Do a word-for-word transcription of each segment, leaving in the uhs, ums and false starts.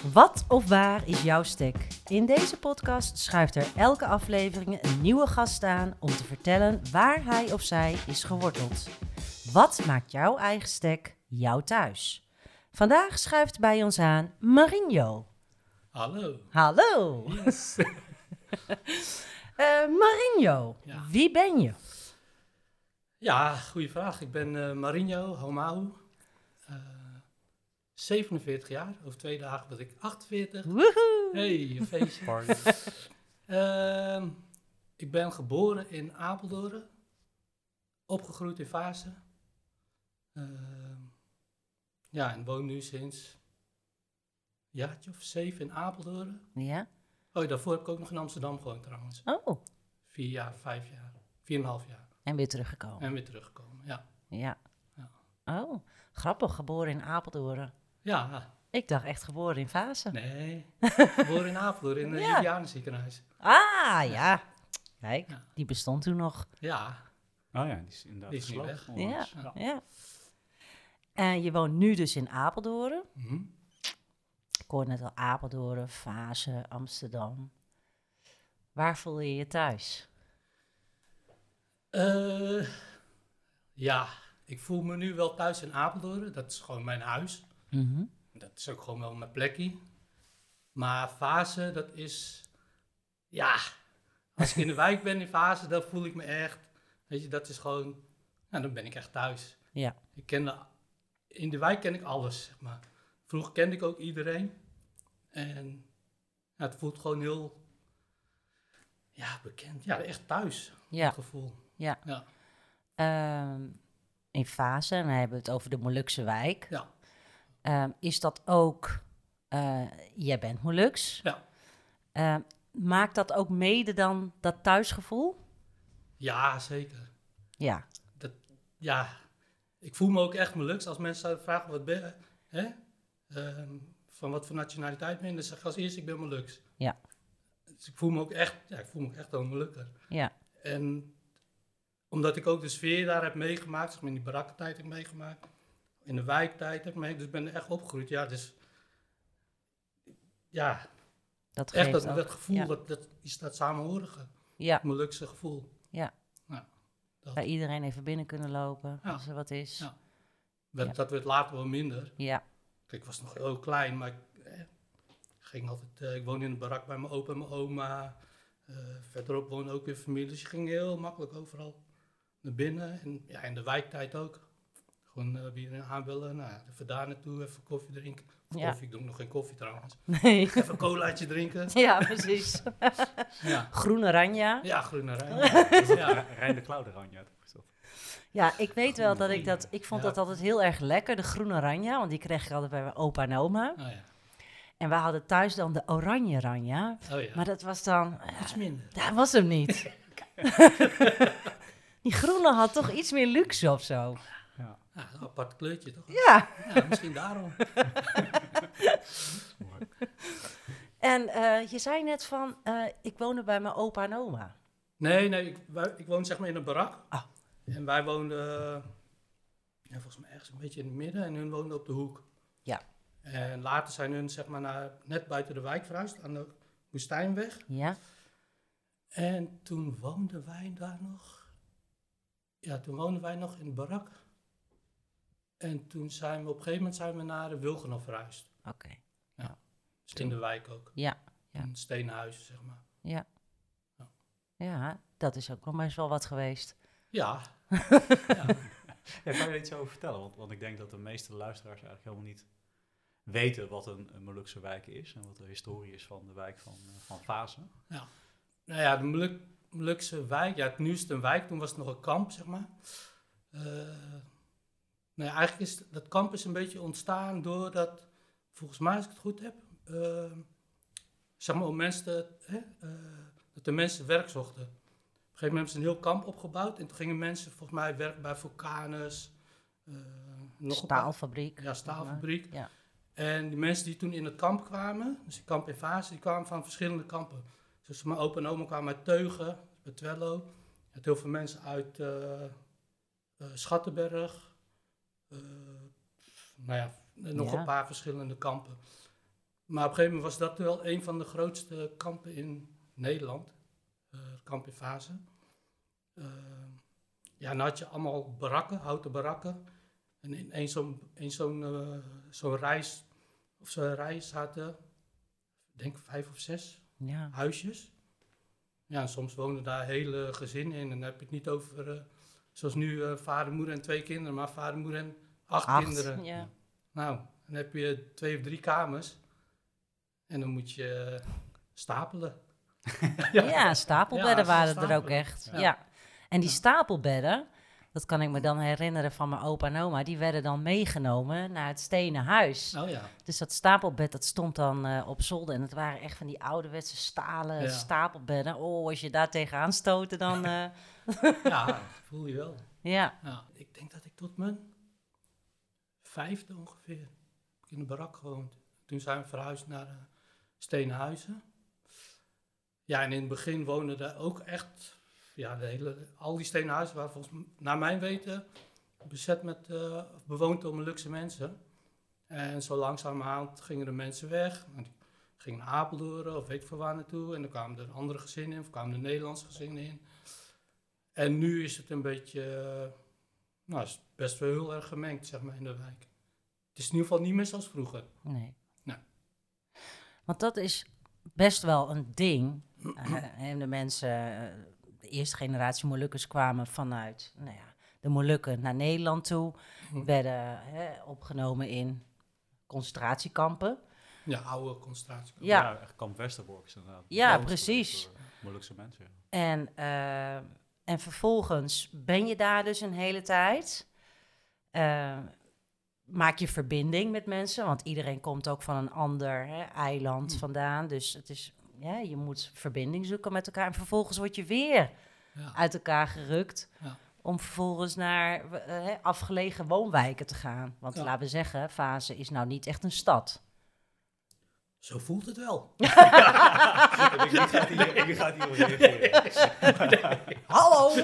Wat of waar is jouw stek? In deze podcast schuift er elke aflevering een nieuwe gast aan om te vertellen waar hij of zij is geworteld. Wat maakt jouw eigen stek jouw thuis? Vandaag schuift bij ons aan Marinho. Hallo. Hallo. Yes. uh, Marinho, Ja. wie ben je? Ja, goede vraag. Ik ben uh, Marinho Homau. Uh, zevenenveertig jaar. Over twee dagen ben ik achtenveertig. Woehoe. Hey, een feestje. uh, ik ben geboren in Apeldoorn. Opgegroeid in Vaassen. Uh, ja, en woon nu sinds een jaartje of zeven in Apeldoorn. Ja. Oh, daarvoor heb ik ook nog in Amsterdam gewoond trouwens. Oh. Vier jaar, vijf jaar. Vier en een half jaar. En weer teruggekomen. En weer teruggekomen, ja. Ja. Ja. Oh, grappig, geboren in Apeldoorn. Ja. Ik dacht echt geboren in Vaassen. Nee, geboren in Apeldoorn, in het Ja. Julianenziekenhuis. Ah, ja. Kijk, Ja. die bestond toen nog. Ja, Oh ja, die is inderdaad Die is nu gesloten. weg. Ja, onlangs. Ja. ja. En je woont nu dus in Apeldoorn. mhm. Ik hoorde net al Apeldoorn, Vaassen, Amsterdam. Waar voel je je thuis? Uh, ja, ik voel me nu wel thuis in Apeldoorn. Dat is gewoon mijn huis. Mm-hmm. Dat is ook gewoon wel mijn plekje. Maar Vaassen, dat is... Ja, als ik in de wijk ben in Vaassen, dan voel ik me echt... Weet je, dat is gewoon... Nou, dan ben ik echt thuis. Ja. Ik ken de, in de wijk ken ik alles, zeg maar. Vroeger kende ik ook iedereen. En ja, het voelt gewoon heel... Ja, bekend. Ja, echt thuis. Ja. Het gevoel. Ja. Ja. Ehm, in Vaassen, en dan hebben we het over de Molukse wijk. Ja. Ehm, is dat ook... Uh, jij bent Moluks. Ja. Ehm, maakt dat ook mede dan dat thuisgevoel? Ja, zeker. Ja. Dat, ja, ik voel me ook echt Moluks. Als mensen zouden vragen, wat ben je? Hè? Uh, van wat voor nationaliteit ben je? Dan zeg ik als eerste, ik ben Moluks. Ja. Dus ik voel me ook echt, ja, ik voel me ook echt een Molukker. Ja. En omdat ik ook de sfeer daar heb meegemaakt, zeg maar in die barakkentijd heb meegemaakt, in de wijktijd heb meegemaakt, dus ik ben er echt opgegroeid. Ja, dus ja, Dat echt geeft dat, ook, dat gevoel, ja. dat, dat is dat samenhorige, Ja. Molukse gevoel. Ja. Ja, dat. Bij iedereen even binnen kunnen lopen, Ja. als er wat is. Ja. Dat, Ja. dat werd later wel minder. Ja. Kijk, ik was nog heel klein, maar ik, eh, ging altijd, eh, ik woonde in de barak bij mijn opa en mijn oma. Uh, verderop woonde ook weer familie, dus je ging heel makkelijk overal naar binnen. En ja, in de wijktijd ook. Gewoon uh, wie erin aanbellen, nou, even daar naartoe, even koffie drinken. Of Ja. koffie, ik doe nog geen koffie trouwens. Nee. Even een colaatje drinken. Ja, precies. Ja, Groene Ranja. ja groene Rijn. Ja. Ja. Rijn de Klauderanje uitgezocht. Ja, ik weet wel dat ik dat... Ik vond Ja. dat altijd heel erg lekker, de groene Ranja. Want die kreeg ik altijd bij mijn opa en oma. Oh ja. En we hadden thuis dan de oranje Ranja. Oh ja. Maar dat was dan... Iets minder. Dat was hem niet. Die groene had toch iets meer luxe of zo. Ja. Ja, een apart kleurtje toch? Ja. Ja, misschien daarom. En uh, je zei net van, uh, ik woonde bij mijn opa en oma. Nee, nee, ik, wij, ik woon zeg maar in een barak. Ah. En wij woonden, uh, ja, volgens mij ergens een beetje in het midden en hun woonden op de hoek. Ja. En later zijn hun zeg maar naar, net buiten de wijk verhuisd, aan de Woestijnweg. Ja. En toen woonden wij daar nog. Ja, toen woonden wij nog in de barak. En toen zijn we op een gegeven moment zijn we naar de Wilgenhof verhuisd. Oké. Okay. Dus in de wijk ook. Ja. Ja. Een stenen huis, zeg maar. Ja. Ja. Ja, dat is ook nog best wel wat geweest. Ja. Ja. Ja, kan je er iets over vertellen? Want, want ik denk dat de meeste luisteraars eigenlijk helemaal niet weten wat een, een Molukse wijk is. En wat de historie is van de wijk van, uh, van Vaassen. Ja. Nou ja, de Moluk, Molukse wijk, ja, nu is het een wijk, toen was het nog een kamp, zeg maar. Uh, nou ja, eigenlijk is dat kamp is een beetje ontstaan doordat, volgens mij als ik het goed heb, uh, zeg maar om mensen te, hè, uh, dat de mensen werk zochten. Op een gegeven moment hebben ze een heel kamp opgebouwd en toen gingen mensen volgens mij werken bij Vulcanus. Uh, nog Staalfabriek. Een paar, ja, staalfabriek. Ja. En die mensen die toen in het kamp kwamen, dus die kamp in Vaassen, die kwamen van verschillende kampen. Dus mijn opa en oma kwamen uit Teugen, bij Twello. Je had heel veel mensen uit uh, uh, Schattenberg. Uh, nou ja, nog Ja. een paar verschillende kampen. Maar op een gegeven moment was dat wel een van de grootste kampen in Nederland. Uh, kamp in Vaassen. Uh, ja, dan had je allemaal barakken, houten barakken. En in één zo'n zo'n uh, zo'n reis, of zo'n rij zaten, ik denk vijf of zes ja. huisjes. Ja, en soms woonden daar hele gezinnen in. En dan heb je het niet over, uh, zoals nu, uh, vader, moeder en twee kinderen, maar vader, moeder en acht, acht kinderen. Ja. Nou, dan heb je twee of drie kamers. En dan moet je uh, stapelen. ja. ja, stapelbedden ja, waren stapelen. er ook echt. Ja. Ja. En die Ja. stapelbedden, dat kan ik me dan herinneren van mijn opa en oma, die werden dan meegenomen naar het stenen huis. Oh ja. Dus dat stapelbed, dat stond dan uh, op zolder. En het waren echt van die ouderwetse stalen Ja. stapelbedden. Oh, als je daar tegenaan stootte, dan... Uh... ja, dat voel je wel. Ja. ja. Ik denk dat ik tot mijn vijfde ongeveer heb ik in een barak gewoond. Toen zijn we verhuisd naar uh, stenen huizen. Ja, en in het begin woonden daar ook echt... Ja, de hele, al die stenen huizen waren volgens mij, naar mijn weten, bezet met, uh, bewoond door Molukse mensen. En zo langzamerhand gingen de mensen weg. Die gingen naar Apeldoorn of weet ik veel waar naartoe. En dan kwamen er andere gezinnen in, of kwamen er Nederlandse gezinnen in. En nu is het een beetje, uh, nou, is best wel heel erg gemengd, zeg maar, in de wijk. Het is in ieder geval niet meer zoals vroeger. Nee. nee. Want dat is best wel een ding. Uh, en de mensen... Uh, De eerste generatie Molukkers kwamen vanuit nou ja, de Molukken naar Nederland toe. Hm. Werden hè, opgenomen in concentratiekampen. Ja, oude concentratiekampen. Ja, ja echt kamp Westerbork is inderdaad. Ja, precies. Molukse mensen. En, uh, en vervolgens ben je daar dus een hele tijd. Uh, maak je verbinding met mensen, want iedereen komt ook van een ander hè, eiland hm. vandaan. Dus het is... Ja, je moet verbinding zoeken met elkaar. En vervolgens word je weer ja. uit elkaar gerukt. Ja. Om vervolgens naar uh, afgelegen woonwijken te gaan. Want ja. laten we zeggen, Vaassen is nou niet echt een stad. Zo voelt het wel. Wie gaat hier, wie gaat hier reageren? Hallo!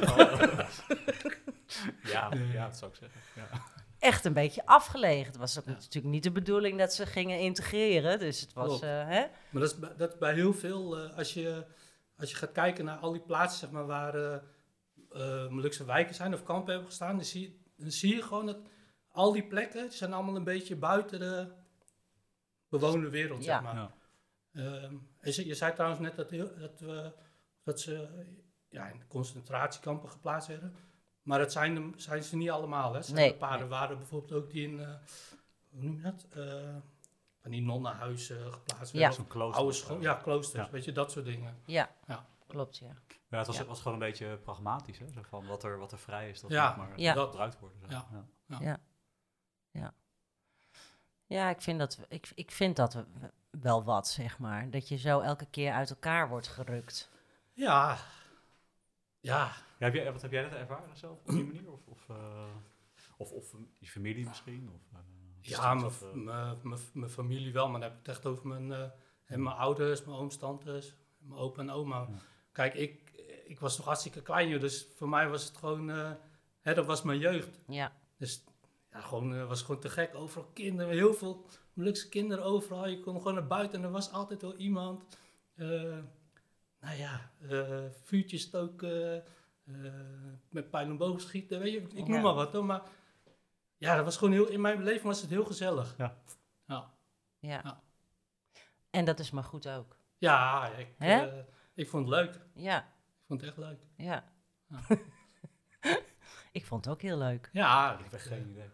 ja, ja, dat zou ik zeggen. Ja. Echt een beetje afgelegen. Het was ook ja. natuurlijk niet de bedoeling dat ze gingen integreren. Dus het was... Uh, hè? Maar dat is, bij, dat is bij heel veel... Uh, als, je, als je gaat kijken naar al die plaatsen zeg maar, waar uh, uh, Molukse wijken zijn of kampen hebben gestaan... Dan zie, je, dan zie je gewoon dat al die plekken zijn allemaal een beetje buiten de bewoonde wereld, ja. zeg maar. Ja. Uh, je, je zei trouwens net dat, heel, dat, we, dat ze ja, in concentratiekampen geplaatst werden... Maar dat zijn, de, zijn ze niet allemaal. Hè. Nee, een paar nee. waren bijvoorbeeld ook die in, uh, hoe noem je dat? Uh, van die nonnenhuizen geplaatst werden. Ja, zo'n klooster. Oude school, ja, kloosters, ja. weet je, dat soort dingen. Ja, ja. klopt, ja. Ja, het was, ja. was gewoon een beetje pragmatisch, hè? Zo van wat er, wat er vrij is, dat ja. moet maar ja. gebruikt worden. Zo. Ja. Ja. Ja. Ja. Ja. ja, ik vind dat, ik, ik vind dat wel wat, zeg maar. Dat je zo elke keer uit elkaar wordt gerukt. Ja, ja. Ja, heb jij, wat heb jij dat ervaren zelf op die manier? Of, of, uh, of, of je familie misschien? Of, uh, ja, mijn familie wel, maar dan heb ik het echt over mijn, uh, en mijn ouders, mijn ooms, tantes, mijn opa en oma. Ja. Kijk, ik, ik was nog hartstikke klein, dus voor mij was het gewoon, uh, hè, dat was mijn jeugd. Ja. Dus ja, gewoon, uh, was gewoon te gek. Overal kinderen, heel veel Molukse kinderen overal. Je kon gewoon naar buiten en er was altijd wel iemand. Uh, nou ja, uh, vuurtjes stoken. Uh, met pijl en boog schieten, weet je, ik noem ja. maar wat hoor, maar ja, dat was gewoon heel, in mijn leven was het heel gezellig. Ja. Ja. ja. ja. En dat is maar goed ook. Ja, ik, uh, ik vond het leuk. Ja. Ik vond het echt leuk. Ja. ja. Ik vond het ook heel leuk. Ja, ik heb geen idee.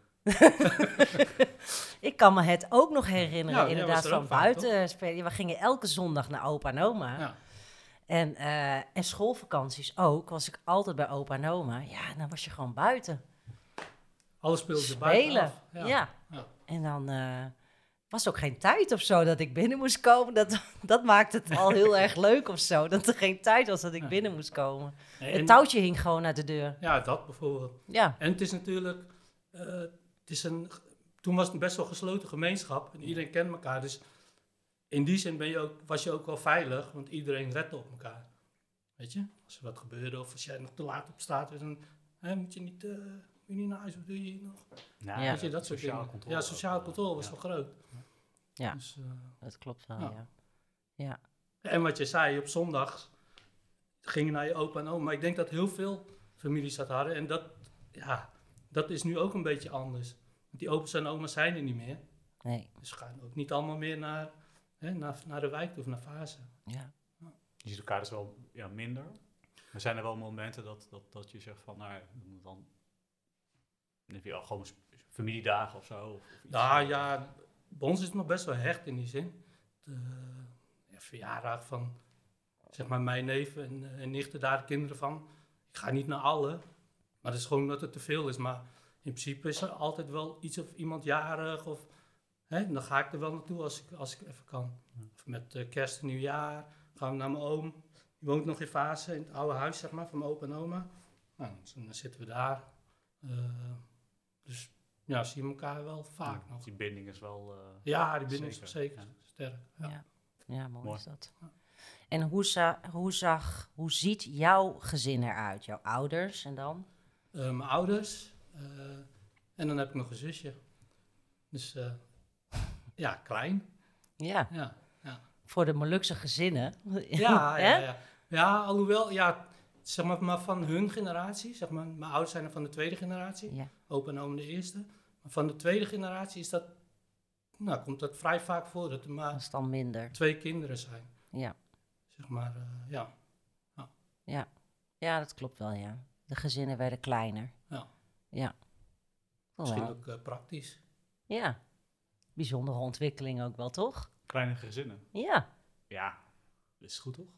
Ik kan me het ook nog herinneren, ja, inderdaad, van buiten vaak, spelen. We gingen elke zondag naar opa en oma. Ja. En, uh, en schoolvakanties ook, was ik altijd bij opa en oma. Ja, dan was je gewoon buiten. Alles speelde er buiten af. Ja. ja. ja. En dan uh, was ook geen tijd of zo dat ik binnen moest komen. Dat, dat maakte het al heel erg leuk of zo. Dat er geen tijd was dat ik ja. binnen moest komen. Nee, het touwtje hing gewoon uit de deur. Ja, dat bijvoorbeeld. Ja. En het is natuurlijk... Uh, het is een, toen was het een best wel gesloten gemeenschap. En iedereen kent elkaar, dus... In die zin ben je ook, was je ook wel veilig, want iedereen redde op elkaar. Weet je, als er wat gebeurde of als jij nog te laat op straat was, dan hè, moet, je niet, uh, moet je niet naar huis, wat doe je hier nog? Nou, weet je, dat soort dingen. Controle ja, sociale controle was ja. wel groot. Ja, Dus, uh, dat klopt wel, ja. ja. ja. En wat je zei, op zondag ging je naar je opa en oma. Maar ik denk dat heel veel families dat hadden. En dat, ja, dat is nu ook een beetje anders. Want die opa's en oma's zijn er niet meer. Nee. Dus ze gaan ook niet allemaal meer naar, hè, naar, naar de wijk of naar Vaassen. Ja. Je ziet elkaar dus wel ja, minder. Maar zijn er wel momenten dat, dat, dat je zegt van, nou, dan heb je al gewoon familiedagen of zo? Of, of iets Nou zo. ja, bij ons is het nog best wel hecht in die zin. De ja, verjaardag van, zeg maar, mijn neven en, en nichten, daar de kinderen van. Ik ga niet naar alle, maar dat is gewoon omdat het te veel is. Maar in principe is er altijd wel iets of iemand jarig of... Hè, dan ga ik er wel naartoe als ik, als ik even kan. Of met uh, kerst en nieuwjaar gaan we naar mijn oom. Die woont nog in Vaassen, in het oude huis, zeg maar, van mijn opa en oma. Nou, dan, dan zitten we daar. Uh, dus ja, zien we elkaar wel vaak Ja, nog. die binding is wel... Uh, Ja, die binding is zeker, zeker ja. sterk. Ja. Ja. Ja, mooi, Mooi. is dat. En hoe, za- hoe, zag, hoe ziet jouw gezin eruit? Jouw ouders en dan? Uh, mijn ouders. Uh, en dan heb ik nog een zusje. Dus uh, ja, klein. Ja, Ja, ja. voor de Molukse gezinnen. Ja, Hè? ja, ja. Ja, alhoewel, ja, zeg maar, maar van hun generatie, zeg maar, mijn ouders zijn er van de tweede generatie, Ja. opa en oma de eerste. Maar van de tweede generatie is dat, nou, komt dat vrij vaak voor, dat er Dat maar is dan minder. twee kinderen zijn. Ja. Zeg maar, uh, ja. Ja. ja, dat klopt wel, ja. De gezinnen werden kleiner. Ja. Ja. Oh, Misschien wel. ook uh, praktisch. Ja. Bijzondere ontwikkeling ook wel, toch? Kleine gezinnen. Ja. Ja, dat is goed toch?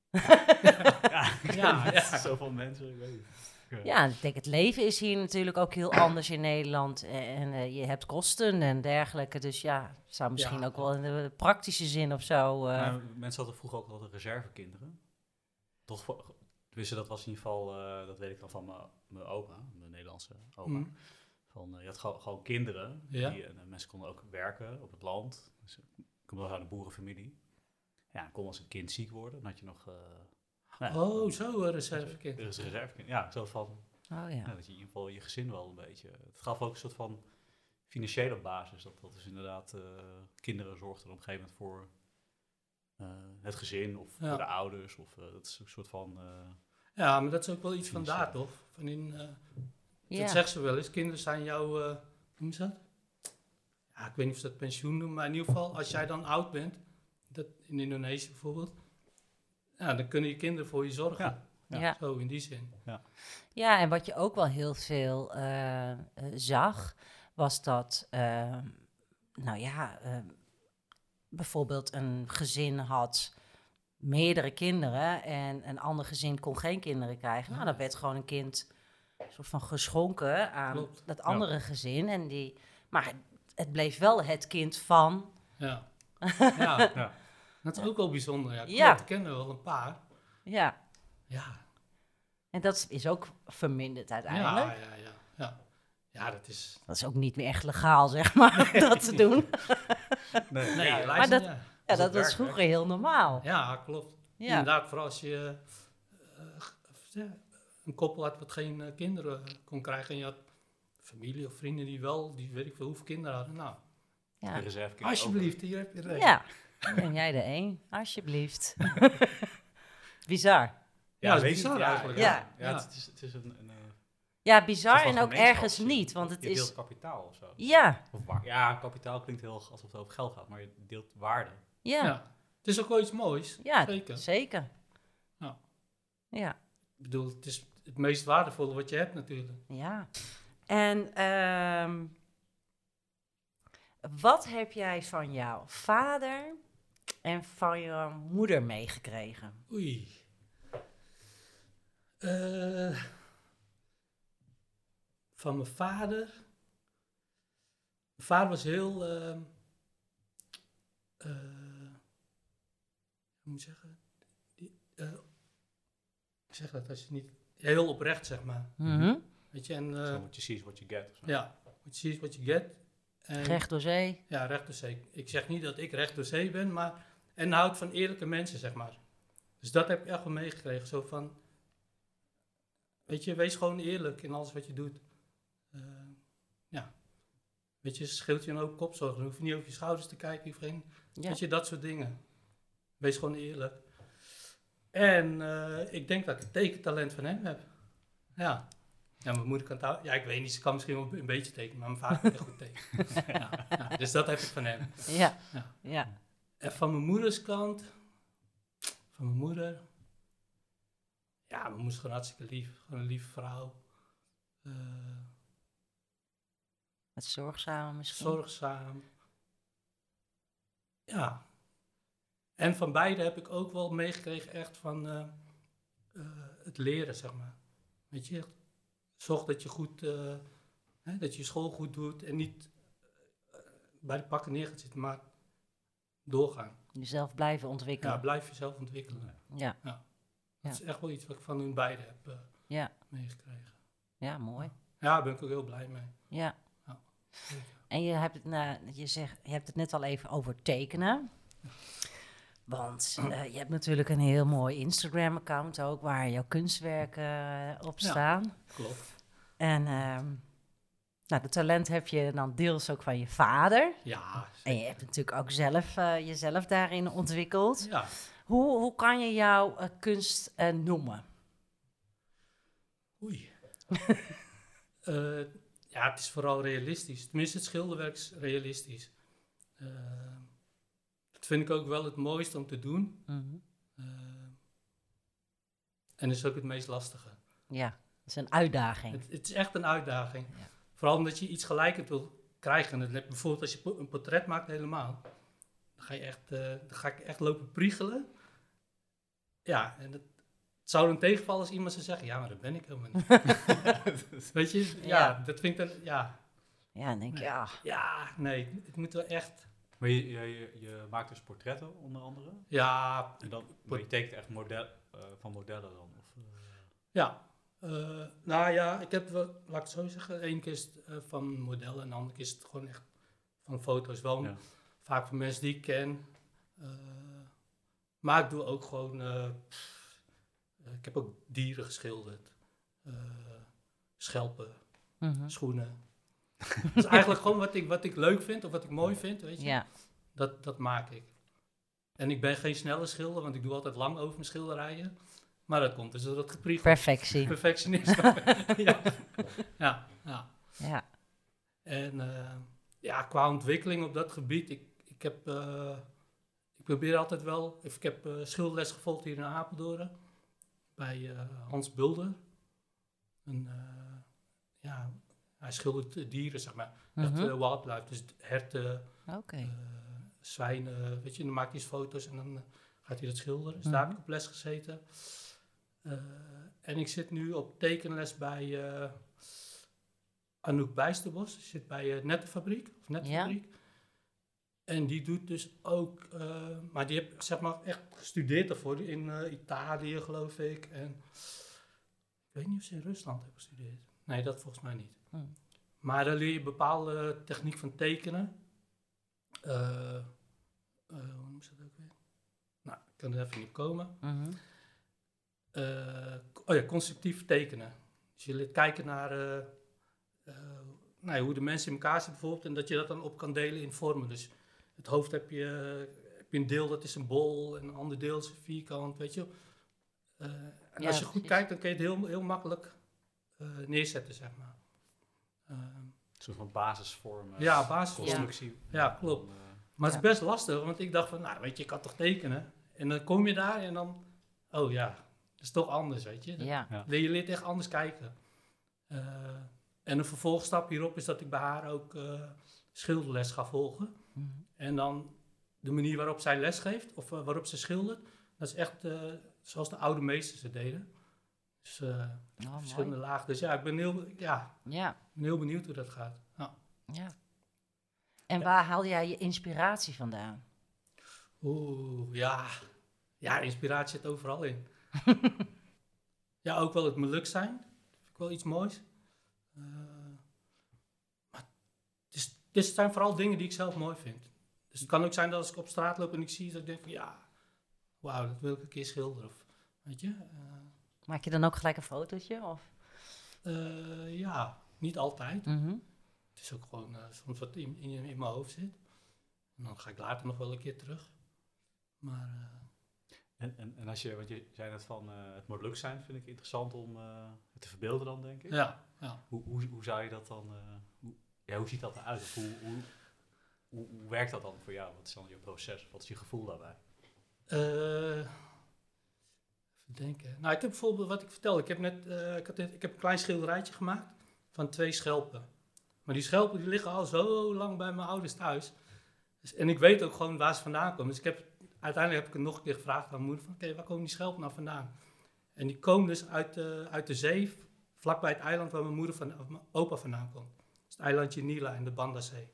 ja, Ja, ja. Zoveel mensen, ik weet het. Ja. Ja, ik denk het leven is hier natuurlijk ook heel anders in Nederland. En uh, je hebt kosten en dergelijke. Dus ja, het zou misschien Ja. ook wel in de praktische zin of zo... Uh, Maar mensen hadden vroeger ook altijd reservekinderen. Toch, voor- tenminste, dat was in ieder geval, uh, dat weet ik dan van mijn- mijn opa, mijn Nederlandse opa. Mm. Van, uh, je had gewoon, gewoon kinderen. Ja. Die, en, uh, mensen konden ook werken op het land. Dus, ik kom wel uit een boerenfamilie. Ja, kon als een kind ziek worden. Dan had je nog... Uh, nou, ja, Oh, zo, een reservekind. Er is een reservekind. Ja, zo van... oh ja. Ja, dat je in ieder geval je gezin wel een beetje... Het gaf ook een soort van financiële basis. Dat, dat is inderdaad... Uh, kinderen zorgden er op een gegeven moment voor uh, het gezin of Ja. voor de ouders. Of, uh, dat is een soort van... Uh, Ja, maar dat is ook wel iets van Financieel. daar, toch? Van in, uh, Ja. Dat zegt ze wel eens. Kinderen zijn jouw... Uh, hoe noem je dat? Ja, ik weet niet of ze dat pensioen noemen, maar in ieder geval, als jij dan oud bent, dat in Indonesië bijvoorbeeld, ja, dan kunnen je kinderen voor je zorgen. Ja. Ja. Ja. Ja. Zo, in die zin. Ja, en wat je ook wel heel veel uh, uh, zag, was dat, uh, nou ja, uh, bijvoorbeeld een gezin had meerdere kinderen en een ander gezin kon geen kinderen krijgen. Nou, dan werd gewoon een kind soort van geschonken aan Klopt. dat andere gezin. En die, maar het bleef wel het kind van... Ja. Ja. ja. Dat is ook wel bijzonder. Ja, klopt. Ja. Ik ken er wel een paar. Ja, Ja. en dat is ook verminderd Ja, uiteindelijk. ja, ja, ja. Ja, dat is... Dat is ook niet meer echt legaal, zeg maar, dat te doen. Nee, Nee, ja, je maar lijst- dat- ja. Ja, Als dat het was werkt, vroeger hè? heel normaal. Ja, klopt. Ja. Inderdaad, vooral als je uh, ja, een koppel had wat geen uh, kinderen kon krijgen en je had familie of vrienden die wel, die weet ik veel hoeveel kinderen hadden. Nou, de Ja, reservekind alsjeblieft, hier heb je er een. ja. Ben jij er één? Alsjeblieft. Bizar. Ja, dat is weet bizar ik, ja, eigenlijk. Ja, Ja. ja, het, is, het is een... een uh, Ja, bizar soort en van ook ergens gemeenschapszin. niet, want het je is... deelt kapitaal of zo. Ja, Of waar, ja, kapitaal klinkt heel alsof het over geld gaat, maar je deelt waarde. ja, Ja. ja, Het is ook wel iets moois. Zeker. zeker. Ja. Ja, Ik bedoel, het is het meest waardevolle wat je hebt natuurlijk. ja. En ehm, wat heb jij van jouw vader en van je moeder meegekregen? Oei. Uh, van mijn vader. Mijn vader was heel... Uh, uh, hoe moet ik zeggen? Die, uh, ik zeg dat als je niet... Heel oprecht, zeg maar. Mhm. Weet je, en... Uh, So what you see is what you get. Of zo. ja, what you see is what you get. En, Recht door zee. Ja, recht door zee. Ik zeg niet dat ik recht door zee ben, maar... En houdt van eerlijke mensen, zeg maar. Dus dat heb ik echt wel meegekregen. Zo van... Weet je, wees gewoon eerlijk in alles wat je doet. Uh, ja. Weet je, scheelt je een hoop kopzorg. Dan hoef je niet over je schouders te kijken. Je hoeft geen, Ja. weet je, dat soort dingen. Wees gewoon eerlijk. En uh, ik denk dat ik het tekentalent van hem heb. Ja. Ja, mijn moeder kan het ook. Ja, ik weet niet, ze kan misschien wel een beetje tekenen, maar mijn vader kan echt goed tekenen. ja, ja, dus dat heb ik van hem. Ja. Ja. Ja. En van mijn moeders kant, van mijn moeder, ja, mijn moeder is gewoon hartstikke lief. Gewoon een lieve vrouw. Uh, Het zorgzame misschien. Zorgzaam. Ja. En van beide heb ik ook wel meegekregen echt van uh, uh, het leren, zeg maar. Weet je, zorg dat je goed, uh, hè, dat je je school goed doet en niet uh, bij de pakken neer gaat zitten, maar doorgaan. Jezelf blijven ontwikkelen. Ja, blijf jezelf ontwikkelen. Ja. ja. Ja. Dat is echt wel iets wat ik van hun beiden heb uh, ja. meegekregen. Ja, mooi. Ja, daar ben ik ook heel blij mee. Ja. ja. En je hebt, het, nou, je, zegt, je hebt het net al even over tekenen. Want uh, je hebt natuurlijk een heel mooi Instagram-account ook, waar jouw kunstwerken uh, op staan. Ja, klopt. En uh, nou, dat talent heb je dan deels ook van je vader. Ja. Zeker. En je hebt natuurlijk ook zelf uh, jezelf daarin ontwikkeld. Ja. Hoe, hoe kan je jouw uh, kunst uh, noemen? Oei. uh, ja, het is vooral realistisch. Tenminste, het schilderwerk is realistisch. Uh, dat vind ik ook wel het mooiste om te doen. Mm-hmm. Uh, en is ook het meest lastige. Ja, het is een uitdaging. Het, het is echt een uitdaging. Ja. Vooral omdat je iets gelijkend wil krijgen. En bijvoorbeeld als je een portret maakt helemaal. Dan ga, je echt, uh, dan ga ik echt lopen priegelen. Ja, en het, het zou een tegenvallen als iemand zou zeggen, ja, maar dat ben ik helemaal niet. Weet je, ja, ja, dat vind ik dan, ja. Ja, dan denk ik, nee. ja. Ja, nee, het moet wel echt... Maar je, je, je maakt dus portretten, onder andere? Ja. En dan, maar je tekent echt model, uh, van modellen dan? Of, uh... Ja. Uh, nou ja, ik heb wel, laat ik het zo zeggen, één keer is het uh, van modellen en de andere keer is het gewoon echt van foto's. Wel ja. Vaak van mensen die ik ken. Uh, maar ik doe ook gewoon... Uh, Ik heb ook dieren geschilderd. Uh, schelpen, mm-hmm. schoenen. Dus eigenlijk gewoon wat ik, wat ik leuk vind of wat ik mooi vind, weet je. Ja. Dat, dat maak ik. En ik ben geen snelle schilder, want ik doe altijd lang over mijn schilderijen. Maar dat komt dus door dat gepriegel. Perfectie. Perfectionisme. ja. Ja, ja. Ja. En uh, ja, qua ontwikkeling op dat gebied, ik, ik heb... Uh, ik probeer altijd wel... Ik heb uh, schilderles gevolgd hier in Apeldoorn. Bij uh, Hans Bulder. En, uh, ja, hij schildert dieren, zeg maar. Mm-hmm. Echt uh, wildlife, dus herten, okay. uh, zwijnen, weet je. Dan maakt hij eens foto's en dan uh, gaat hij dat schilderen. Dus mm-hmm. daar heb ik op les gezeten. Uh, en ik zit nu op tekenles bij uh, Anouk Bijsterbos. Ik zit bij uh, Nettenfabriek, of Nettenfabriek. Ja. En die doet dus ook, uh, maar die heb zeg maar echt gestudeerd daarvoor in uh, Italië, geloof ik. En ik weet niet of ze in Rusland hebben gestudeerd. Nee, dat volgens mij niet. Hmm. Maar dan leer je bepaalde techniek van tekenen. Uh, uh, hoe noem je dat ook weer? Nou, ik kan er even niet komen. Mm-hmm. Uh, oh ja, constructief tekenen. Dus je leert kijken naar uh, uh, nou ja, hoe de mensen in elkaar zitten bijvoorbeeld. En dat je dat dan op kan delen in vormen. Dus het hoofd heb je, heb je een deel dat is een bol en een ander deel is een vierkant, weet je. Uh, en ja, als je goed precies. kijkt, dan kun je het heel, heel makkelijk uh, neerzetten, zeg maar. Uh, een soort van basisvorm. Ja, basisvorm. Constructie. Ja, ja klopt. Dan, uh, maar het is best lastig, want ik dacht van, nou weet je, ik kan toch tekenen. En dan kom je daar en dan, oh ja, dat is toch anders, weet je. Ja. Ja. Je leert echt anders kijken. Uh, en een vervolgstap hierop is dat ik bij haar ook uh, schilderles ga volgen. Mm-hmm. En dan de manier waarop zij les geeft, of uh, waarop ze schildert, dat is echt uh, zoals de oude meesters het deden. Dus uh, oh, verschillende mooi. lagen. Dus ja, ik ben heel, ja, ja. ben heel benieuwd hoe dat gaat. Ja. Ja. En ja. waar haal jij je inspiratie vandaan? Oeh, ja. Ja, inspiratie zit overal in. Ja, ook wel het meluk zijn. Dat vind ik wel iets moois. Uh, maar het, is, het zijn vooral dingen die ik zelf mooi vind. Dus het kan ook zijn dat als ik op straat loop en ik zie dat ik denk van ja, wauw, dat wil ik een keer schilderen. Of, weet je. Uh, Maak je dan ook gelijk een fotootje? Of? Uh, ja, niet altijd. Mm-hmm. Het is ook gewoon uh, soms wat in, in, in mijn hoofd zit. En dan ga ik later nog wel een keer terug. Maar... Uh, En, en, en als je, want je zei net van uh, het moet leuk zijn, vind ik interessant om uh, het te verbeelden dan, denk ik. Ja, ja. Hoe, hoe, hoe zou je dat dan, uh, hoe, ja, hoe ziet dat eruit? Of hoe, hoe, hoe, hoe werkt dat dan voor jou? Wat is dan je proces? Wat is je gevoel daarbij? Uh, even denken. Nou, ik heb bijvoorbeeld wat ik vertelde. Ik heb net, uh, ik, had net, ik heb een klein schilderijtje gemaakt van twee schelpen. Maar die schelpen die liggen al zo lang bij mijn ouders thuis. Dus, en ik weet ook gewoon waar ze vandaan komen. Dus ik heb uiteindelijk heb ik het nog een keer gevraagd aan mijn moeder van, oké, okay, waar komen die schelpen nou vandaan? En die komen dus uit de, uit de zee, vlakbij het eiland waar mijn moeder van, of mijn opa vandaan komt. Dus het eilandje Nila in de Bandazee.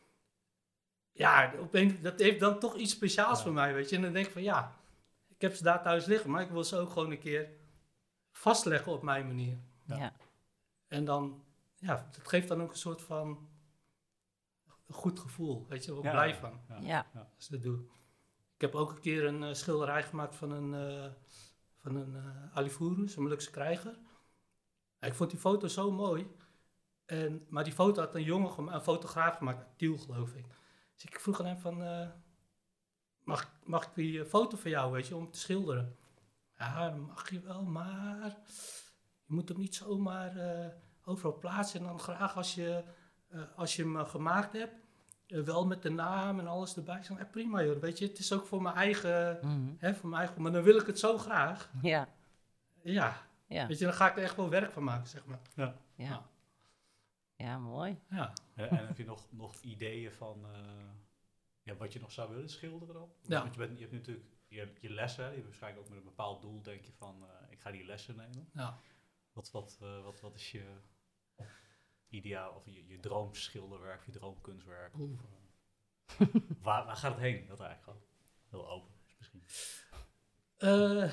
Ja, opeens, dat heeft dan toch iets speciaals ja. voor mij, weet je. En dan denk ik van, ja, ik heb ze daar thuis liggen, maar ik wil ze ook gewoon een keer vastleggen op mijn manier. Ja. ja. En dan, ja, dat geeft dan ook een soort van een goed gevoel, weet je, waar ik ja, blij van. Ja. ja. Als ik dat doe. Ik heb ook een keer een uh, schilderij gemaakt van een, uh, van een uh, Alifurus, een Molukse krijger. Ja, ik vond die foto zo mooi. En, maar die foto had een jongen, gema- een fotograaf gemaakt, Tiel geloof ik. Dus ik vroeg aan hem van, uh, mag, mag ik die uh, foto van jou, weet je, om te schilderen? Ja, mag je wel, maar je moet hem niet zomaar uh, overal plaatsen. En dan graag als je, uh, als je hem uh, gemaakt hebt, Uh, wel met de naam en alles erbij. Ik zei, eh, prima joh, weet je, het is ook voor mijn eigen, mm-hmm. hè, voor mijn eigen, maar dan wil ik het zo graag. Ja. Ja. ja. Weet je, dan ga ik er echt wel werk van maken, zeg maar. Ja. Ja, ja. ja mooi. Ja. Ja. En heb je nog, nog ideeën van uh, ja, wat je nog zou willen schilderen dan? Ja. Want je, bent, je hebt natuurlijk je, hebt je lessen, je hebt waarschijnlijk ook met een bepaald doel, denk je van, uh, ik ga die lessen nemen. Ja. Wat, wat, uh, wat, wat is je... ideaal, of je, je droomschilderwerk, of je droomkunstwerk. Of, uh, waar, waar gaat het heen? Dat eigenlijk gewoon heel open is misschien. Uh,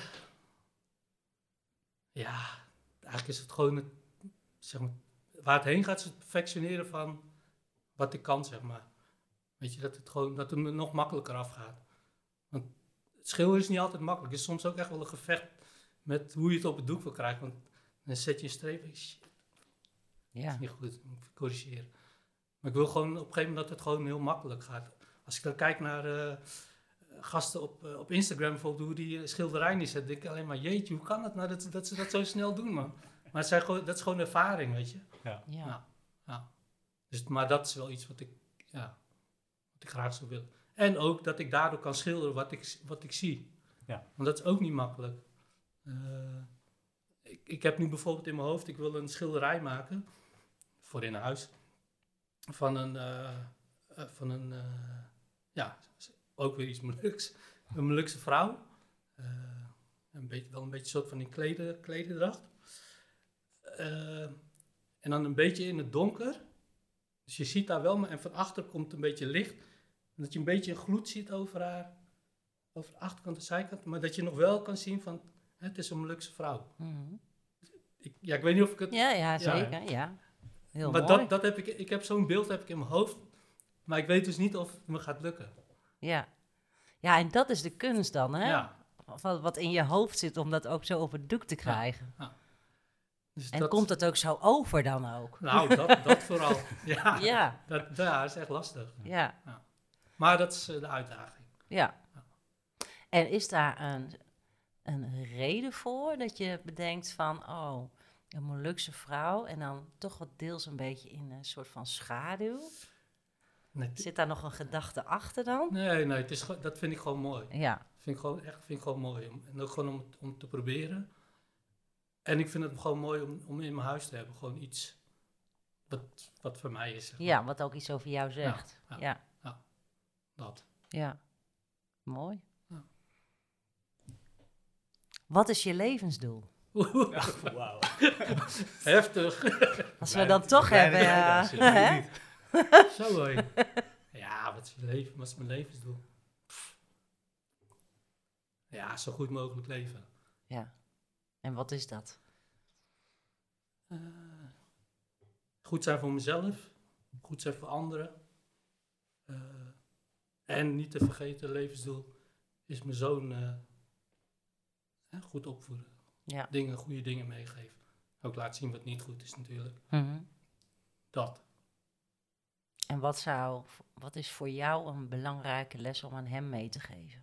ja, eigenlijk is het gewoon het, zeg maar, waar het heen gaat is het perfectioneren van wat ik kan, zeg maar. Weet je, dat het gewoon, dat het me nog makkelijker afgaat. Want het schilderen is niet altijd makkelijk. Het is soms ook echt wel een gevecht met hoe je het op het doek wil krijgen. Want dan zet je een streep en shit. Ja. Dat is niet goed, moet ik corrigeren. Maar ik wil gewoon op een gegeven moment dat het gewoon heel makkelijk gaat. Als ik dan kijk naar uh, gasten op, uh, op Instagram bijvoorbeeld, hoe die uh, schilderij neerzetten, denk ik alleen maar, jeetje, hoe kan het nou dat, dat ze dat zo snel doen, man? Maar het zijn gewoon, dat is gewoon ervaring, weet je. Ja. Ja. Ja, ja. Dus, maar dat is wel iets wat ik, ja, wat ik graag zou willen. En ook dat ik daardoor kan schilderen wat ik, wat ik zie. Ja. Want dat is ook niet makkelijk. Uh, ik, ik heb nu bijvoorbeeld in mijn hoofd, ik wil een schilderij maken voor in huis van een, uh, uh, van een, uh, ja, ook weer iets Moluks, een Molukse vrouw. Uh, een beetje, wel een beetje soort van in kleden, klededracht. Uh, en dan een beetje in het donker. Dus je ziet daar wel, maar en van achter komt een beetje licht. En dat je een beetje een gloed ziet over haar, over de achterkant en de zijkant. Maar dat je nog wel kan zien van, het is een Molukse vrouw. Mm-hmm. Ik, ja, ik weet niet of ik het... Ja, ja zeker, ja. ja. Heel maar mooi. Dat, dat heb ik, ik heb zo'n beeld heb ik in mijn hoofd, maar ik weet dus niet of het me gaat lukken. Ja, ja en dat is de kunst dan, hè? Ja. Wat, wat in je hoofd zit om dat ook zo op het doek te krijgen. Ja. Ja. Dus en dat, komt het ook zo over dan ook? Nou, dat, dat vooral. Ja, ja. Dat, dat is echt lastig. Ja. Ja. Maar dat is uh, de uitdaging. Ja. ja. En is daar een, een reden voor dat je bedenkt van, oh, een Molukse vrouw en dan toch wat deels een beetje in een soort van schaduw? Nee, t- Zit daar nog een gedachte achter dan? Nee, nee, het is, dat vind ik gewoon mooi. Ja. Vind ik gewoon echt, vind ik gewoon mooi. Om, en ook gewoon om, om te proberen. En ik vind het gewoon mooi om, om in mijn huis te hebben. Gewoon iets wat, wat voor mij is. Zeg maar. Ja, wat ook iets over jou zegt. Ja, ja, ja. ja dat. Ja, mooi. Ja. Wat is je levensdoel? Wauw. Heftig. Als we dan toch hebben... Ja. Ja. Zo hoi. Ja, wat is, je leven, wat is mijn levensdoel? Pff. Ja, zo goed mogelijk leven. Ja. En wat is dat? Uh, goed zijn voor mezelf. Goed zijn voor anderen. Uh, en niet te vergeten, levensdoel is mijn zoon uh, uh, goed opvoeden. Ja. Dingen, goede dingen meegeven. Ook laten zien wat niet goed is natuurlijk. Mm-hmm. Dat. En wat, zou, wat is voor jou een belangrijke les om aan hem mee te geven?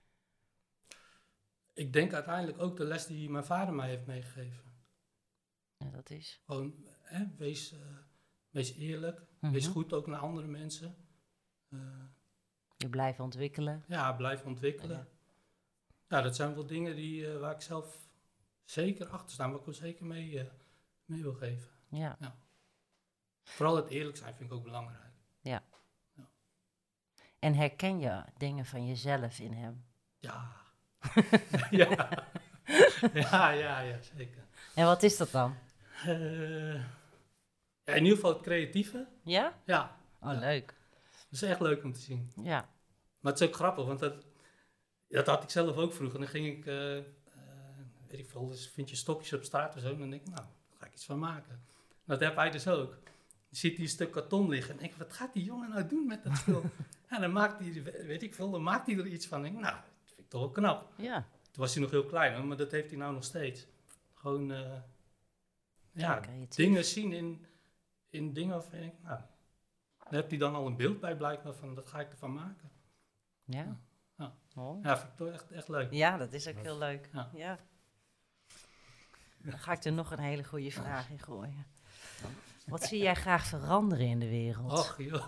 Ik denk uiteindelijk ook de les die mijn vader mij heeft meegegeven. En dat is? Gewoon, hè, wees, uh, wees eerlijk. Mm-hmm. Wees goed ook naar andere mensen. Uh, Je blijft ontwikkelen. Ja, blijf ontwikkelen. Ja, ja dat zijn wel dingen die, uh, waar ik zelf zeker achter sta. Waar ik ook zeker mee, uh, mee wil geven. Ja. ja. Vooral het eerlijk zijn vind ik ook belangrijk. Ja. ja. En herken je dingen van jezelf in hem? Ja. ja. ja, ja, ja, zeker. En wat is dat dan? Uh, ja, in ieder geval het creatieve. Ja? Ja. Oh, ja. leuk. Dat is echt leuk om te zien. Ja. Maar het is ook grappig, want dat, dat had ik zelf ook vroeger. Dan ging ik, uh, uh, weet ik veel, dus vind je stokjes op straat of zo. En dan denk ik, nou, daar ga ik iets van maken. Dat heb hij dus ook. Dan ziet hij een stuk karton liggen en denk ik, wat gaat die jongen nou doen met dat spul? Ja, dan maakt hij, weet ik veel, dan maakt hij er iets van. Denk ik, nou, dat vind ik toch wel knap. Ja. Toen was hij nog heel klein, hoor, maar dat heeft hij nou nog steeds. Gewoon, uh, ja, ja dingen zien in, in dingen waarvan ik, nou, daar heb hij dan al een beeld bij blijkbaar van, dat ga ik ervan maken. Ja. Ja, oh. ja vind ik toch echt, echt leuk. Ja, dat is ook heel leuk. Ja. Ja. Dan ga ik er nog een hele goede vraag in gooien. Wat zie jij graag veranderen in de wereld? Och, joh.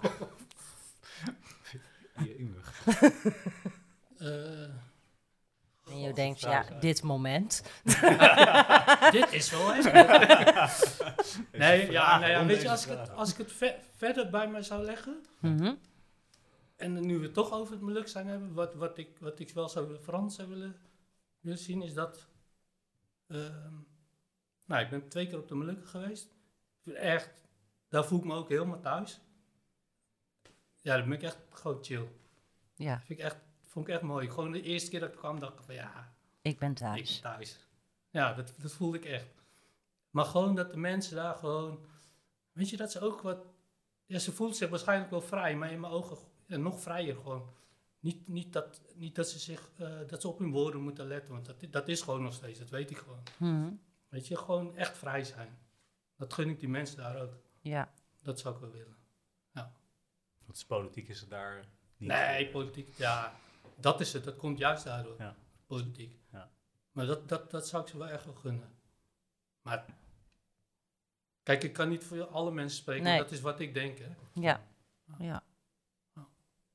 Jemig. uh, en je denkt, ja, dit moment. dit is wel echt. nee, ja, nee, ja, weet je, als ik het, als ik het ver, verder bij me zou leggen... Mm-hmm. En nu we het toch over het Moluk zijn hebben, wat, wat, ik, wat ik wel zou veranderd zou willen, willen zien, is dat... Uh, nou, ik ben twee keer op de Molukken geweest. Echt, daar voel ik me ook helemaal thuis. Ja, daar ben ik echt gewoon chill. Ja. Vind ik echt, vond ik echt mooi. Gewoon de eerste keer dat ik kwam, dacht ik van ja... Ik ben thuis. Ik ben thuis. Ja, dat, dat voelde ik echt. Maar gewoon dat de mensen daar gewoon... Weet je, dat ze ook wat... Ja, ze voelt zich waarschijnlijk wel vrij, maar in mijn ogen ja, nog vrijer gewoon. Niet, niet, dat, niet dat ze zich... Uh, dat ze op hun woorden moeten letten, want dat, dat is gewoon nog steeds. Dat weet ik gewoon. Mm-hmm. Weet je, gewoon echt vrij zijn. Dat gun ik die mensen daar ook. Ja. Dat zou ik wel willen. Ja. Want politiek is het daar niet. Nee, politiek, ja. Dat is het. Dat komt juist daardoor. Ja. Politiek. Ja. Maar dat, dat, dat zou ik ze wel echt wel gunnen. Maar... Kijk, ik kan niet voor alle mensen spreken, nee. maar dat is wat ik denk, hè. Ja. Ja. Want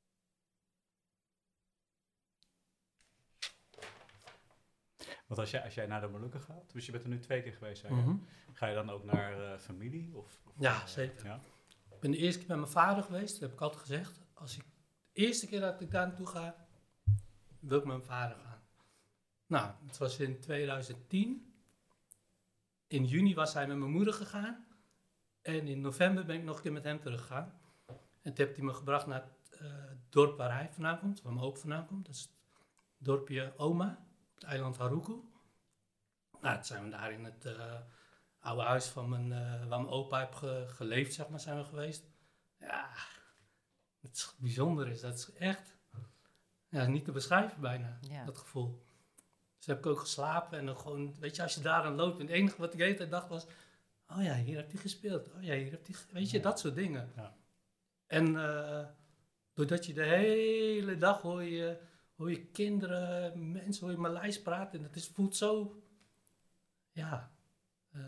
als jij, als jij naar de Molukken gaat, dus je bent er nu twee keer geweest, zei je, Mm-hmm. ga je dan ook naar uh, familie? Of, of, Ja, uh, zeker. Ja? Ik ben de eerste keer met mijn vader geweest, dat heb ik altijd gezegd. Als ik de eerste keer dat ik daar naartoe ga, wil ik met mijn vader gaan. Nou, het was in tweeduizend tien. In juni was hij met mijn moeder gegaan. En in november ben ik nog een keer met hem teruggegaan. En toen heeft hij me gebracht naar het uh, dorp waar hij vandaan komt, waar mijn opa vandaan komt. Dat is het dorpje Oma, op het eiland Haruku. Nou, toen zijn we daar in het uh, oude huis van mijn, uh, waar mijn opa heeft ge- geleefd, zeg maar, zijn we geweest. Ja, het is bijzonder is, dat is echt ja, niet te beschrijven bijna, Ja. dat gevoel. Dus heb ik ook geslapen en dan gewoon, weet je, als je daar aan loopt, en het enige wat ik de hele tijd dacht was, oh ja, hier heeft hij gespeeld, oh ja, hier heeft hij, weet je, Ja. dat soort dingen. Ja. En uh, doordat je de hele dag hoor je, hoor je kinderen, mensen, hoor je Maleis praten en het is, voelt zo, ja, uh,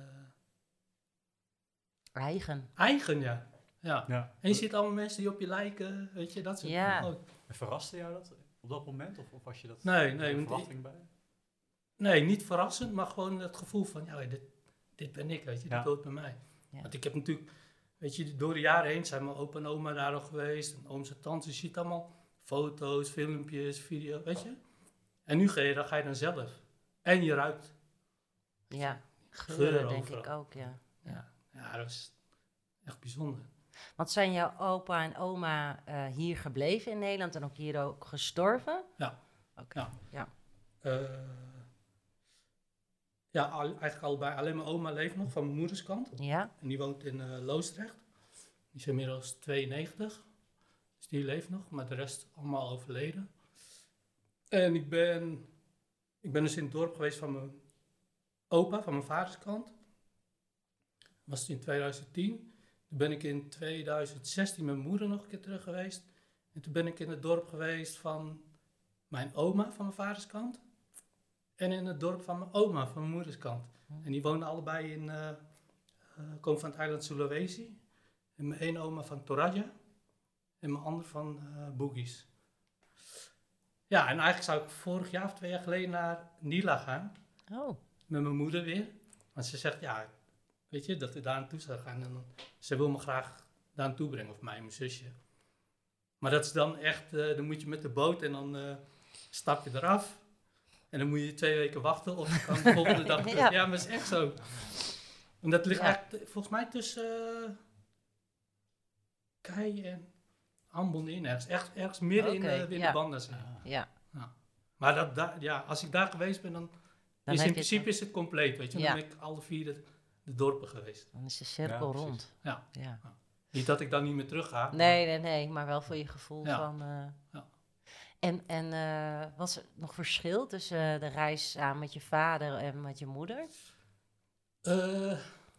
Eigen. eigen, ja. ja. Ja. En je ziet allemaal mensen die op je lijken, weet je, dat soort Ja. dingen ook. En verraste jou dat op dat moment? Of, of was je dat Nee, was nee, er een want verwachting bij? Nee, niet verrassend, maar gewoon het gevoel van, ja, dit, dit ben ik, weet je, Ja. dit hoort bij mij. Ja. Want ik heb natuurlijk, weet je, door de jaren heen zijn mijn opa en oma daar al geweest, en ooms en tantes, je ziet allemaal foto's, filmpjes, video's, weet je. En nu ga je, dan ga je dan zelf. En je ruikt. Ja. Geuren Geuren, denk overal. ik ook, ja. Ja, ja, dat is echt bijzonder. Want zijn jouw opa en oma uh, hier gebleven in Nederland en ook hier ook gestorven? Ja. Oké. Ja. Ja. Uh, ja, al, eigenlijk allebei. Alleen mijn oma leeft nog van mijn moeders kant. Ja. En die woont in uh, Loosdrecht. Die is inmiddels tweeënnegentig. Dus die leeft nog, maar de rest allemaal overleden. En ik ben, ik ben dus in het dorp geweest van mijn opa, van mijn vaders kant. Dat was het in tweeduizend tien. Toen ben ik in tweeduizend zestien met mijn moeder nog een keer terug geweest. En toen ben ik in het dorp geweest van mijn oma van mijn vaders kant. En in het dorp van mijn oma van mijn moeders kant. En die woonden allebei in, uh, uh, komen van het eiland Sulawesi. En mijn ene oma van Toraja. En mijn ander van uh, Bugis. Ja, en eigenlijk zou ik vorig jaar of twee jaar geleden naar Nila gaan. Oh. Met mijn moeder weer. Want ze zegt, ja, weet je, dat we daar naartoe zou gaan. En dan, ze wil me graag daar naartoe brengen, of mij en mijn zusje. Maar dat is dan echt, uh, dan moet je met de boot en dan uh, stap je eraf. En dan moet je twee weken wachten of je kan de volgende dag terug. Ja. ja, maar dat is echt zo. En dat ligt ja. eigenlijk volgens mij tussen uh, Kei en Ambon in. Ergens, ergens, ergens midden okay, in, uh, in ja. de Bandas. Ja. Ja. Maar dat, da, ja, als ik daar geweest ben, dan, dan is in principe is het compleet. Weet je? Dan ja. ben ik alle vier de, de dorpen geweest. Dan is de cirkel ja, rond. Ja. Ja. Ja. Niet dat ik dan niet meer terug ga. Nee, nee, nee. Maar wel voor je gevoel ja. van... Uh, ja. En, en uh, was er nog verschil tussen uh, de reis samen met je vader en met je moeder? Uh,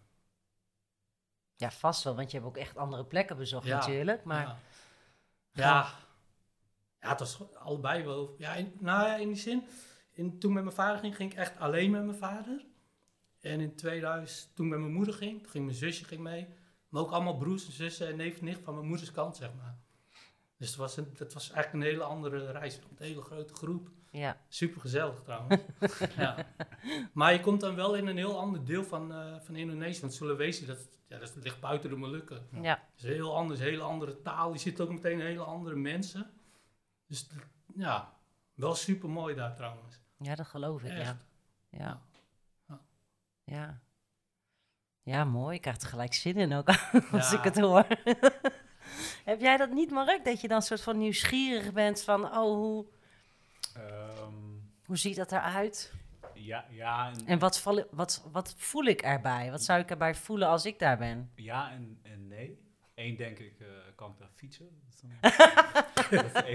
ja, vast wel, want je hebt ook echt andere plekken bezocht ja, natuurlijk. Maar ja. Ja. ja, het was allebei wel. Ja, in, nou ja, in die zin, in, toen met mijn vader ging, ging ik echt alleen met mijn vader. En in tweeduizend, toen met mijn moeder ging, toen ging mijn zusje ging mee. Maar ook allemaal broers en zussen en neef en nicht van mijn moeders kant, zeg maar. Dus het was, een, het was eigenlijk een hele andere reis. Een hele grote groep. Ja. Super gezellig trouwens. ja. Maar je komt dan wel in een heel ander deel van, uh, van Indonesië. Want Sulawesi, dat, ja, dat ligt buiten de Molukken. Ja. Ja. Het is heel anders, een hele andere taal. Je ziet ook meteen hele andere mensen. Dus ja, wel super mooi daar trouwens. Ja, dat geloof ik, echt. ja. Ja. Ja. Ja. Ja, mooi. Ik krijg er gelijk zin in ook als ja. ik het hoor. Heb jij dat niet, Mark? Dat je dan soort van nieuwsgierig bent van, oh, hoe, um, hoe ziet dat eruit? Ja, ja. En, en wat, val, wat, wat voel ik erbij? Wat zou ik erbij voelen als ik daar ben? Ja en, en nee. Eén denk ik, uh, kan ik daar fietsen? Dat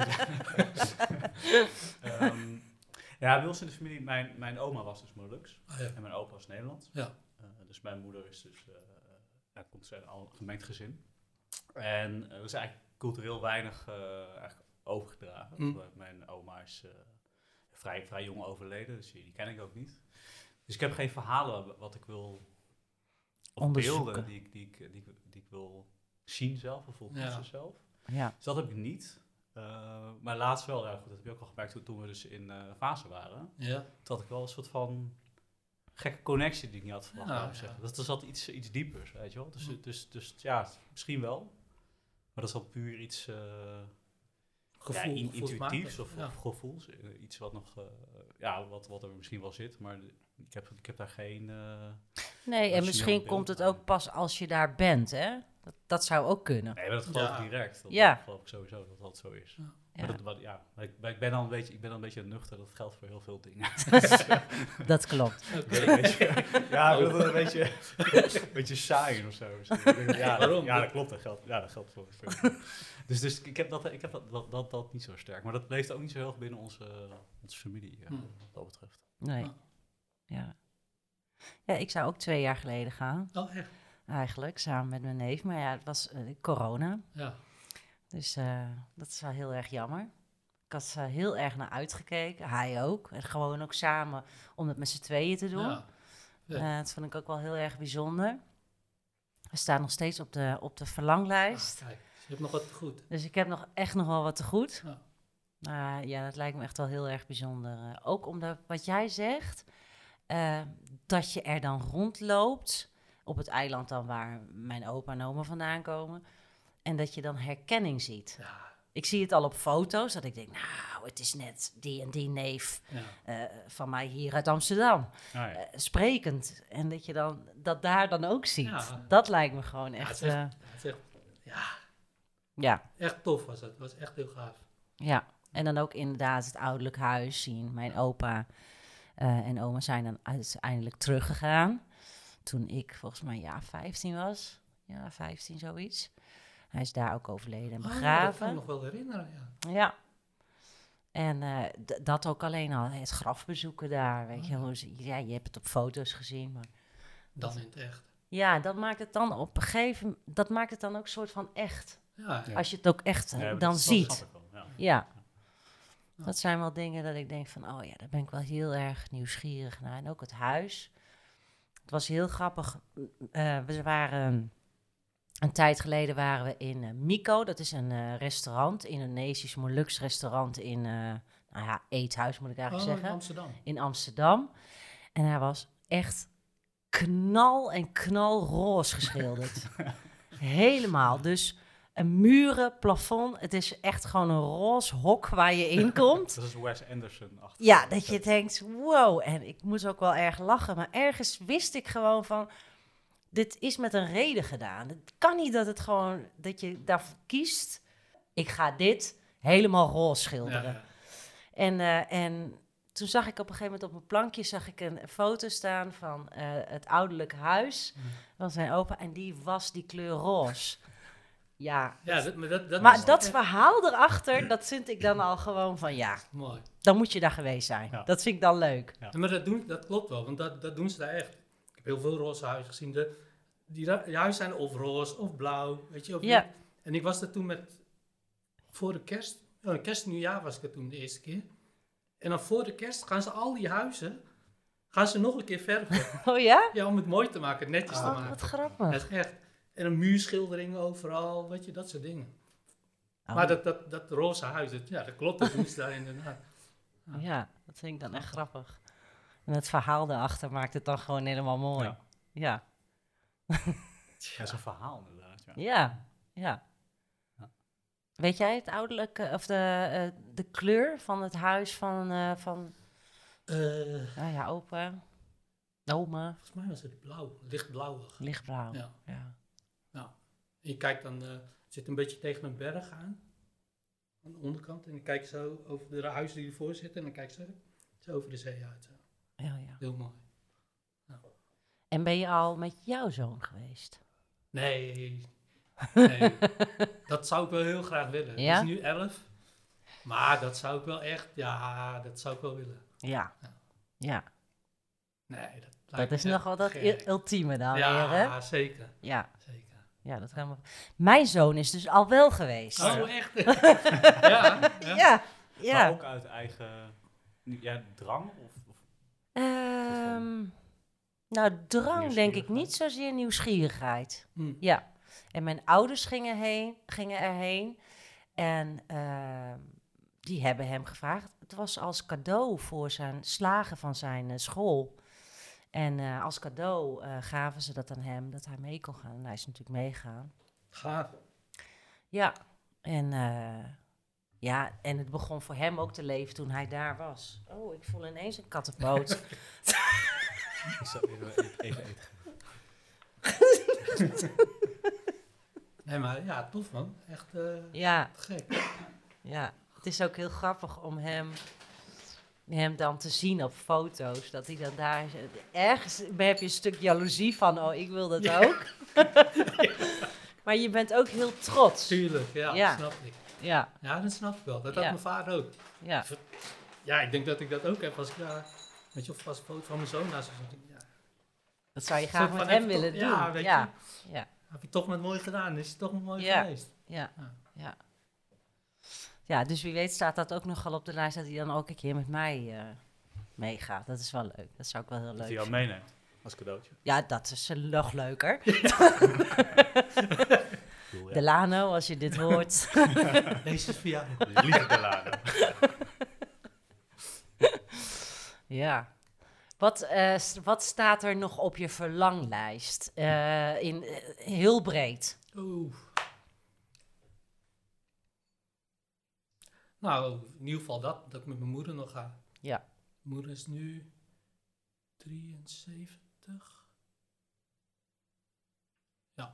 um, ja, bij ons in de familie, mijn, mijn oma was dus Moluks. Oh, ja. En mijn opa was Nederlands. Ja. Uh, dus mijn moeder is dus, uh, ja, komt uit een gemengd gezin. En er uh, is eigenlijk cultureel weinig uh, eigenlijk overgedragen. Mm. Mijn oma is uh, vrij, vrij jong overleden, dus die, die ken ik ook niet. Dus ik heb geen verhalen wat ik wil... Of beelden die ik, die, ik, die, ik, die ik wil zien zelf, of volgens ja. zelf. Ja. Dus dat heb ik niet. Uh, maar laatst wel, ja, goed, dat heb je ook al gemerkt toen, toen we dus in uh, fase waren. Ja. Toen had ik wel een soort van... gekke connectie die ik niet had verwacht. Ja, ja. zeggen. Dat is altijd iets, iets diepers, weet je wel. Dus, mm. dus, dus ja, misschien wel. Maar dat is wel puur iets uh, Gevoel, ja, in, intuïtiefs of, ja. of gevoels. Uh, iets wat nog, uh, ja, wat, wat er misschien wel zit. Maar ik heb, ik heb daar geen... Uh, nee, en misschien komt het ook pas als je daar bent, hè? Dat, dat zou ook kunnen. Nee, maar dat geloof ja. ik direct. Dat, ja. dat geloof ik sowieso dat dat zo is. Ja. Maar, dat, wat, ja, maar ik, maar ik ben dan een beetje, ik ben dan een beetje nuchter. Dat geldt voor heel veel dingen. Dat klopt. Okay. Ja, ik wil het een beetje, een beetje saai of zo. Ja, waarom? Ja, dat klopt. Dat geldt, ja, dat geldt voor. Dus, dus ik heb, dat, ik heb dat, dat, dat, dat niet zo sterk. Maar dat leeft ook niet zo heel erg binnen onze, onze familie, ja, hmm. wat dat betreft. Nee. Ja. ja. Ja, ik zou ook twee jaar geleden gaan. Oh, echt? Eigenlijk, samen met mijn neef. Maar ja, het was uh, corona. Ja. Dus uh, dat is wel heel erg jammer. Ik had er uh, heel erg naar uitgekeken. Hij ook. En gewoon ook samen om het met z'n tweeën te doen. Ja. Ja. Uh, dat vond ik ook wel heel erg bijzonder. We staan nog steeds op de, op de verlanglijst. Ah, kijk, je hebt nog wat te goed. Dus ik heb nog echt nog wel wat te goed. Ja, uh, ja dat lijkt me echt wel heel erg bijzonder. Uh, ook omdat wat jij zegt, uh, dat je er dan rondloopt... op het eiland dan waar mijn opa en oma vandaan komen... en dat je dan herkenning ziet. Ja. Ik zie het al op foto's, dat ik denk... nou, het is net die en die neef ja. uh, van mij hier uit Amsterdam. Oh, ja. uh, sprekend. En dat je dan dat daar dan ook ziet. Ja. Dat lijkt me gewoon echt... Ja, het is echt, uh, het is echt ja. ja, echt tof was het. Het was echt heel gaaf. Ja, en dan ook inderdaad het ouderlijk huis zien. Mijn opa uh, en oma zijn dan uiteindelijk teruggegaan... toen ik volgens mij ja vijftien was. Ja, vijftien zoiets. Hij is daar ook overleden en begraven. Oh, dat kan ik nog wel herinneren, ja. Ja. En uh, d- dat ook alleen al, het graf bezoeken daar, weet oh, je. Hoe, ja, je hebt het op foto's gezien, maar... Dan in het echt. Ja, dat maakt het dan op een gegeven dat maakt het dan ook soort van echt. Ja, Ja. Als je het ook echt eh, Ja, dan dat- dat ziet. snap ik wel, ja. Ja. Ja. Dat zijn wel dingen dat ik denk van, oh ja, daar ben ik wel heel erg nieuwsgierig naar. En ook het huis. Het was heel grappig. Uh, we waren, een tijd geleden waren we in uh, Miko. Dat is een uh, restaurant, Indonesisch Molux restaurant in, uh, nou ja, eethuis moet ik eigenlijk Oh, zeggen. in Amsterdam. In Amsterdam. En hij was echt knal en knalroze geschilderd. Helemaal. Dus een muren, plafond. Het is echt gewoon een roze hok waar je in komt. Dat is Wes Anderson. Ja, dat je denkt, wow. En ik moest ook wel erg lachen. Maar ergens wist ik gewoon van, dit is met een reden gedaan. Het kan niet dat het gewoon, dat je daarvoor kiest. Ik ga dit helemaal roze schilderen. Ja, ja. En, uh, en toen zag ik op een gegeven moment op een plankje zag ik een foto staan van uh, het ouderlijk huis Mm. van zijn opa. En die was die kleur roze. Ja, Ja, dat, maar dat, dat maar is dat echt verhaal erachter, dat vind ik dan al gewoon van ja, mooi. dan moet je daar geweest zijn. Ja. Dat vind ik dan leuk. Ja. Ja, maar dat, doen, dat klopt wel, want dat, dat doen ze daar echt. Ik heb heel veel roze huizen gezien. De, die, ra- die huizen zijn of roze of blauw, weet je. Of Ja. niet. En ik was er toen met, voor de kerst, oh, kerst en nieuwjaar was ik er toen de eerste keer. En dan voor de kerst gaan ze al die huizen, gaan ze nog een keer verven. Oh ja? Ja, om het mooi te maken, netjes te Oh, maken. wat Dat grappig. is echt. En een muurschilderingen overal, weet je, dat soort dingen. Oh, Maar dat, dat, dat roze huis, dat, ja, dat klopt, dat doen ze daar inderdaad. ja, dat vind ik dan echt grappig. En het verhaal daarachter maakt het dan gewoon helemaal mooi. Ja. Ja, Dat is een verhaal inderdaad. Ja. ja, ja. Ja. Weet jij het ouderlijke, of de, uh, de kleur van het huis van, uh, van Eh, nou ja, opa, oma, volgens mij was het blauw, lichtblauwig. lichtblauw. Ja. Ja. En je kijkt dan, uh, het zit een beetje tegen een berg aan, aan de onderkant. En je kijkt zo over de huizen die ervoor zitten en dan kijk je zo, zo over de zee uit. Zo. Ja, ja. Heel mooi. En ben je al met jouw zoon geweest? Nee, nee. Dat zou ik wel heel graag willen. Ja? Hij is nu elf, maar dat zou ik wel echt, ja, dat zou ik wel willen. Ja. Ja. Ja. Nee, dat lijkt Dat me is echt nog wel dat gek. il- ultieme dan Ja, weer, hè? zeker, Ja. zeker. Ja, dat kan me... Mijn zoon is dus al wel geweest. Oh, ja. echt? ja, ja. Ja, Maar ja. ook uit eigen ja, drang? Of, of Ehm, nou, drang denk ik niet zozeer nieuwsgierigheid. Hm. Ja. En mijn ouders gingen, heen, gingen erheen. En ehm, die hebben hem gevraagd. Het was als cadeau voor zijn slagen van zijn eh, school. En eh, als cadeau eh, gaven ze dat aan hem, dat hij mee kon gaan. En hij is natuurlijk meegegaan. Gaaf. Ja, en, eh, ja, en het begon voor hem ook te leven toen hij daar was. Oh, ik voel ineens een kattenpoot. Ik zal even, even eten. Nee, maar ja, tof man. Echt uh, Ja, gek. ja, het is ook heel grappig om hem, hem dan te zien op foto's. Dat hij dan daar... Ergens heb je een stuk jaloezie van, oh, ik wil dat Ja. ook. Maar je bent ook heel trots. Tuurlijk, ja, Ja. snap ik. Ja, Ja, dat snap ik wel. Dat Ja. had mijn vader ook. ja, Ja, ik denk dat ik dat ook heb als ik daar, weet je, of als een foto van mijn zoon naast me zit. Ja. dat zou je Soort graag van met even hem willen toch- doen. ja, weet ja, je. ja, Heb je toch met mooi gedaan, is het toch mooi Ja. geweest. ja, Ja. ja. Ja, dus wie weet staat dat ook nogal op de lijst dat hij dan ook een keer met mij eh, meegaat. Dat is wel leuk. Dat zou ik wel heel Dat leuk hij jou vinden. meeneemt als cadeautje. Ja, dat is eh, nog leuker. Ik bedoel, ja. Delano, als je dit hoort. Deze is voor jou. Lieve Delano. Ja. Wat, eh, s- wat staat er nog op je verlanglijst? Eh, in, eh, heel breed. Oeh. Nou, in ieder geval dat, dat ik met mijn moeder nog ga. Ja. Mijn moeder is nu drieënzeventig. Ja.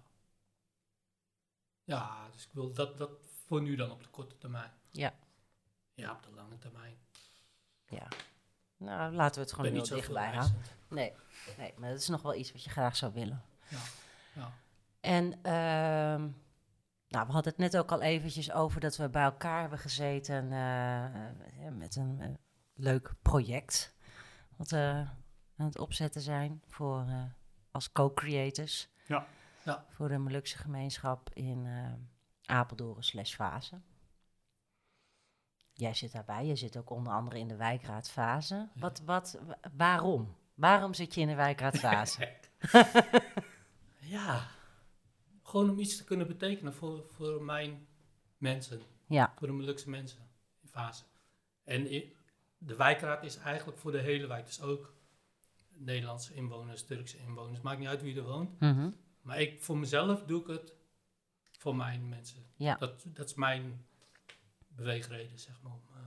Ja, dus ik wil dat, dat voor nu dan op de korte termijn. Ja. Ja, op de lange termijn. Ja. Nou, laten we het Ik gewoon ben heel niet zo dichtbij veel houden. Nee, nee, maar dat is nog wel iets wat je graag zou willen. Ja, ja. En ehm, nou, we hadden het net ook al eventjes over dat we bij elkaar hebben gezeten eh, eh, met een eh, leuk project. Wat we aan het opzetten zijn voor eh, als co-creators Ja. Ja. voor de Molukse gemeenschap in uh, Apeldoorn slash Vaassen. Jij zit daarbij, je zit ook onder andere in de wijkraad Vaassen. Ja. Wat, wat, waarom? Waarom zit je in de wijkraad Vaassen? Ja, gewoon om iets te kunnen betekenen voor, voor mijn mensen. Ja. Voor de Molukse mensen in Vaassen. En de wijkraad is eigenlijk voor de hele wijk. Dus ook Nederlandse inwoners, Turkse inwoners. Maakt niet uit wie er woont. Mm-hmm. Maar ik, voor mezelf doe ik het voor mijn mensen. Ja. Dat, dat is mijn beweegreden, zeg maar. Om uh,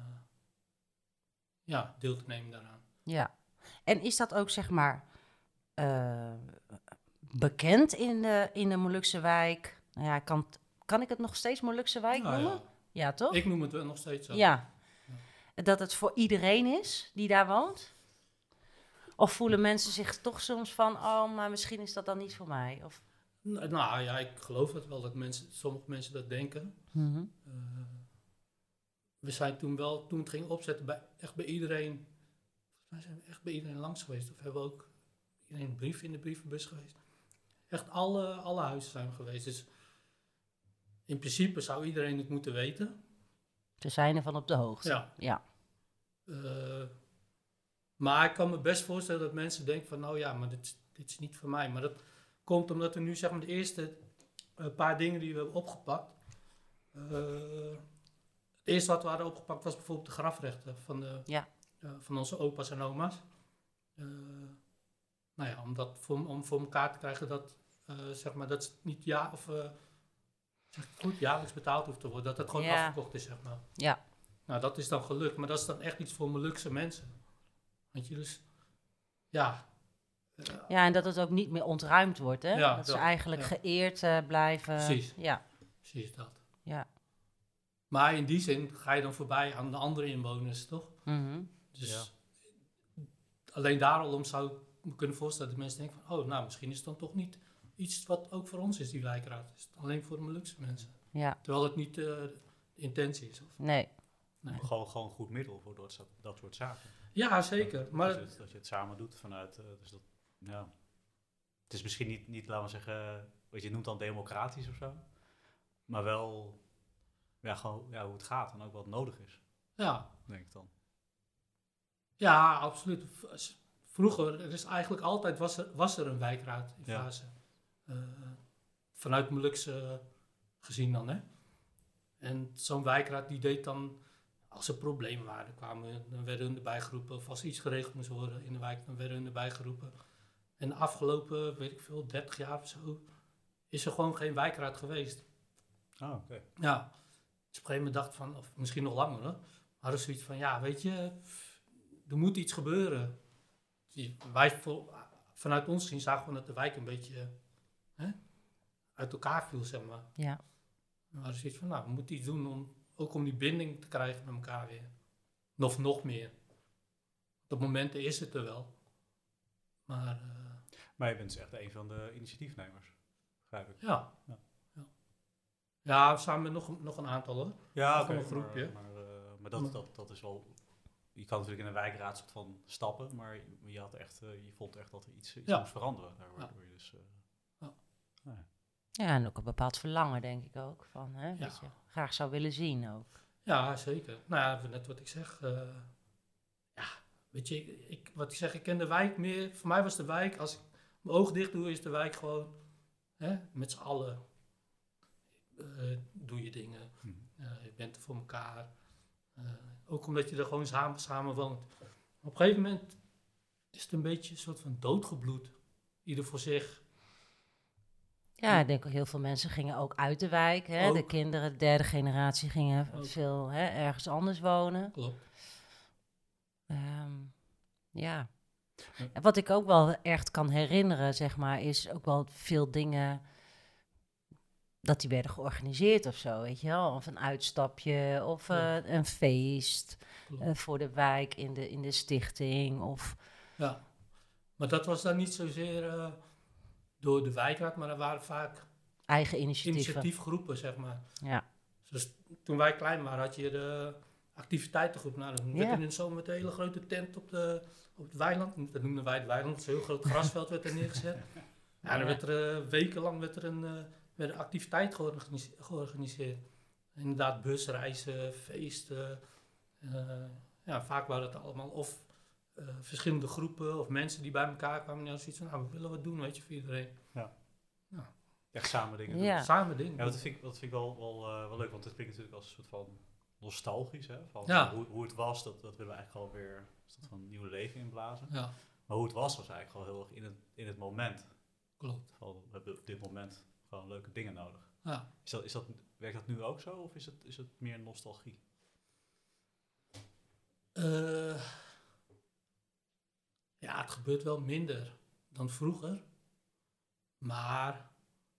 ja, deel te nemen daaraan. Ja. En is dat ook, zeg maar, uh, bekend in de, in de Molukse wijk? Nou ja, kan, kan ik het nog steeds Molukse wijk nou, noemen? Ja. Ja, toch? Ik noem het wel nog steeds zo. Ja. ja. Dat het voor iedereen is die daar woont? Of voelen mensen zich toch soms van, oh, maar misschien is dat dan niet voor mij? Of... Nou ja, ik geloof het wel dat mensen, sommige mensen dat denken. Mm-hmm. Uh, we zijn toen wel, toen het ging opzetten, bij, echt bij iedereen, volgens mij zijn we echt bij iedereen langs geweest. Of hebben we ook iedereen een brief in de brievenbus geweest. Echt alle, alle huizen zijn we geweest. Dus in principe zou iedereen het moeten weten. Ze zijn ervan op de hoogte. Ja. ja. Uh, maar ik kan me best voorstellen dat mensen denken van, nou ja, maar dit, dit is niet voor mij. Maar dat komt omdat we nu, zeg maar, de eerste uh, paar dingen die we hebben opgepakt. Uh, het eerste wat we hadden opgepakt was bijvoorbeeld de grafrechten van, de, ja. uh, van onze opa's en oma's. Uh, nou ja, om, dat voor, om voor elkaar te krijgen dat, uh, zeg maar, dat het niet ja, of, uh, zeg ik goed, jaarlijks betaald hoeft te worden. Dat het gewoon ja. afgekocht is, zeg maar. Ja. Nou, dat is dan gelukt, maar dat is dan echt iets voor Molukse mensen. Weet je, dus ja. Uh, ja, en dat het ook niet meer ontruimd wordt, hè? Ja, dat ze dat, eigenlijk ja. geëerd uh, blijven. Precies. Ja. Precies dat. Ja. Maar in die zin ga je dan voorbij aan de andere inwoners, toch? Mm-hmm. Dus ja. alleen daarom zou ik me kunnen voorstellen dat mensen denken van, oh, nou, misschien is het dan toch niet iets wat ook voor ons is, die wijkraad. Is het alleen voor de Molukse mensen. Ja. Terwijl het niet uh, de intentie is. Of? Nee. nee. Maar gewoon, gewoon een goed middel voor dat, dat soort zaken. Ja, zeker. Maar dat, je, dat je het samen doet vanuit, uh, dus dat, ja. Het is misschien niet, niet, laten we zeggen, wat je noemt dan democratisch of zo. Maar wel, ja, gewoon ja, hoe het gaat en ook wat nodig is. Ja. Denk ik dan. Ja, absoluut. Vroeger, er is eigenlijk altijd, was er, was er een wijkraad in ja. Vaassen. Uh, vanuit Molukse gezien dan, hè. En zo'n wijkraad die deed dan, als er problemen waren, kwamen, dan werden hun erbij geroepen. Of als iets geregeld moest worden in de wijk, dan werden hun erbij geroepen. En de afgelopen, weet ik veel, dertig jaar of zo, is er gewoon geen wijkraad geweest. Ah, oké. Okay. Ja. Dus op een gegeven moment dacht van, of misschien nog langer hoor, hadden zoiets van, ja, weet je, er moet iets gebeuren. Die, wij, vanuit ons gezien zagen we dat de wijk een beetje hè, uit elkaar viel, zeg maar. Ja. We hadden zoiets van, nou, we moeten iets doen om, ook om die binding te krijgen met elkaar weer. Of nog meer. Op momenten is het er wel. Maar, uh, maar je bent dus echt een van de initiatiefnemers, begrijp ik. Ja. Ja, ja. ja samen met nog, nog een aantal hoor. Ja, nog okay, een groepje. Maar, maar, uh, maar dat, dat, dat is wel... Je kan natuurlijk in een wijkraad soort van stappen, maar je, had echt, uh, je vond echt dat er iets, iets ja. moest veranderen. Daar waardoor ja. je dus... Uh, ja. Nou ja. ja, en ook een bepaald verlangen, denk ik ook. Van, hè, ja. Dat je graag zou willen zien ook. Ja, zeker. Nou ja, net wat ik zeg. Uh, ja, weet je, ik, ik, wat ik zeg, ik ken de wijk meer. Voor mij was de wijk, als ik mijn ogen dicht doe, is de wijk gewoon hè, met z'n allen. Uh, doe je dingen. Uh, je bent er voor elkaar. Uh, ook omdat je er gewoon samen, samen woont. Op een gegeven moment is het een beetje een soort van doodgebloed. Ieder voor zich. Ja, ik denk ook heel veel mensen gingen ook uit de wijk. Hè? De kinderen, de derde generatie, gingen ook. veel hè, ergens anders wonen. Klopt. Um, ja. ja. En wat ik ook wel echt kan herinneren, zeg maar, is ook wel veel dingen dat die werden georganiseerd of zo, weet je wel. Of een uitstapje, of uh, ja. een feest uh, voor de wijk in de, in de stichting. Of... Ja, maar dat was dan niet zozeer uh, door de wijkraad, maar er waren vaak eigen initiatieven. initiatiefgroepen, zeg maar. Ja. Dus toen wij klein waren, had je de activiteitengroep. Nou, dan werd ja. er in de zomer met een hele grote tent op, de, op het weiland. Dat noemden wij het weiland. Het is een heel groot grasveld werd er neergezet. Ja, dan werd er uh, wekenlang werd er een, uh, werd een activiteit georganise- georganiseerd. Inderdaad, busreizen, feesten. Uh, ja, vaak waren het allemaal of uh, verschillende groepen of mensen die bij elkaar kwamen. En zoiets van, nou, we willen wat doen, weet je, voor iedereen. Ja. Ja. Echt samen dingen Ja. doen. Samen dingen Ja, dat vind ik, dat vind ik wel, wel, uh, wel leuk, want het klinkt natuurlijk als een soort van nostalgisch. Hè? Van Ja. hoe, hoe het was, dat, dat willen we eigenlijk alweer een soort van nieuw leven inblazen. Ja, Maar hoe het was, was eigenlijk al heel erg in het, in het moment. klopt. Van, we hebben op dit moment gewoon leuke dingen nodig. Ja. Is dat, is dat, werkt dat nu ook zo, of is het, is het meer nostalgie? Uh, ja, het gebeurt wel minder dan vroeger. Maar